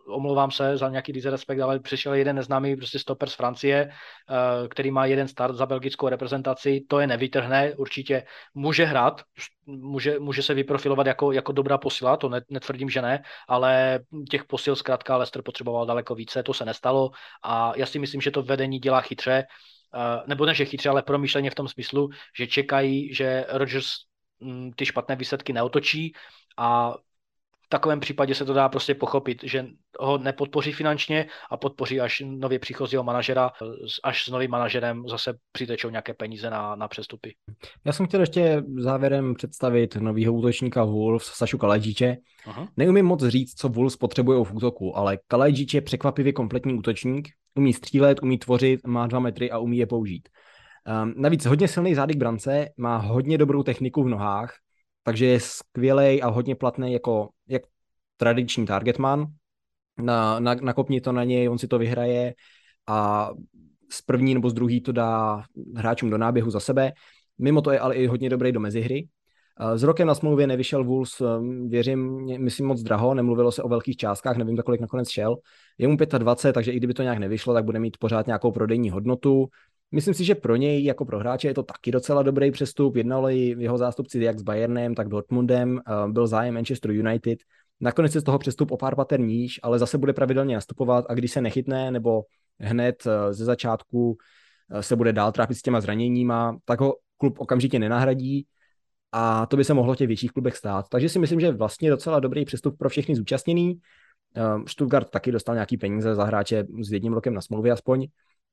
S2: omlouvám se za nějaký disrespekt, ale přišel jeden neznámý prostě stoper z Francie, který má jeden start za belgickou reprezentaci, to je nevytrhne, určitě může hrát, může se vyprofilovat jako dobrá posila, to netvrdím, že ne, ale těch posil zkrátka Leicester potřeboval daleko více, to se nestalo a já si myslím, že to vedení dělá chytře, nebo ne, že chytře, ale promyšleně v tom smyslu, že čekají, že Rodgers ty špatné výsledky neotočí a v takovém případě se to dá prostě pochopit, že ho nepodpoří finančně a podpoří až nově příchozího manažera, až s novým manažerem zase přitečou nějaké peníze na přestupy.
S1: Já jsem chtěl ještě závěrem představit novýho útočníka Wolves, Sašu Kalajdziče.
S2: Aha.
S1: Neumím moc říct, co Wolves potřebují v útoku, ale Kalajdzič je překvapivě kompletní útočník, umí střílet, umí tvořit, má 2 metry a umí je použít. Navíc hodně silný zády k brance, má hodně dobrou techniku v nohách, takže je skvělej a hodně platný jako jak tradiční targetman. Nakopni to na něj, on si to vyhraje a z první nebo z druhý to dá hráčům do náběhu za sebe. Mimo to je ale i hodně dobrý do mezihry. S rokem na smlouvě nevyšel Wolves, věřím, myslím moc draho, nemluvilo se o velkých částkách, nevím, za kolik nakonec šel. Je mu 25, takže i kdyby to nějak nevyšlo, tak bude mít pořád nějakou prodejní hodnotu. Myslím si, že pro něj jako pro hráče je to taky docela dobrý přestup. Jednali jeho zástupci jak s Bayernem, tak Dortmundem, byl zájem Manchester United. Nakonec je z toho přestup o pár pater níž, ale zase bude pravidelně nastupovat a když se nechytne nebo hned ze začátku se bude dál trápit s těma zraněníma, tak ho klub okamžitě nenahradí a to by se mohlo v těch větších klubech stát. Takže si myslím, že je vlastně docela dobrý přestup pro všechny zúčastněný. Stuttgart taky dostal nějaký peníze za hráče s 1 rokem na smlouvě aspoň.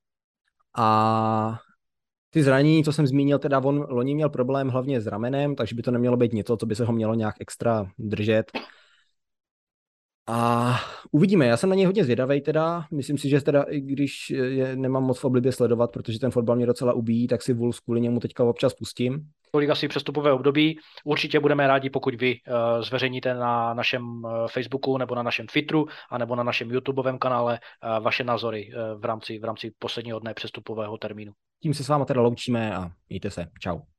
S1: A ty zranění, co jsem zmínil, teda on loni měl problém hlavně s ramenem, takže by to nemělo být něco, co by se ho mělo nějak extra držet. A uvidíme, já jsem na něj hodně zvědavej teda, myslím si, že teda i když je nemám moc v oblibě sledovat, protože ten fotbal mě docela ubíjí, tak si Wolves kvůli němu teďka občas pustím.
S2: Tolik asi přestupové období. Určitě budeme rádi, pokud vy zveřejníte na našem Facebooku nebo na našem Twitteru a nebo na našem YouTubeovém kanále vaše názory v rámci posledního dne přestupového termínu.
S1: Tím se s váma teda loučíme a mějte se. Čau.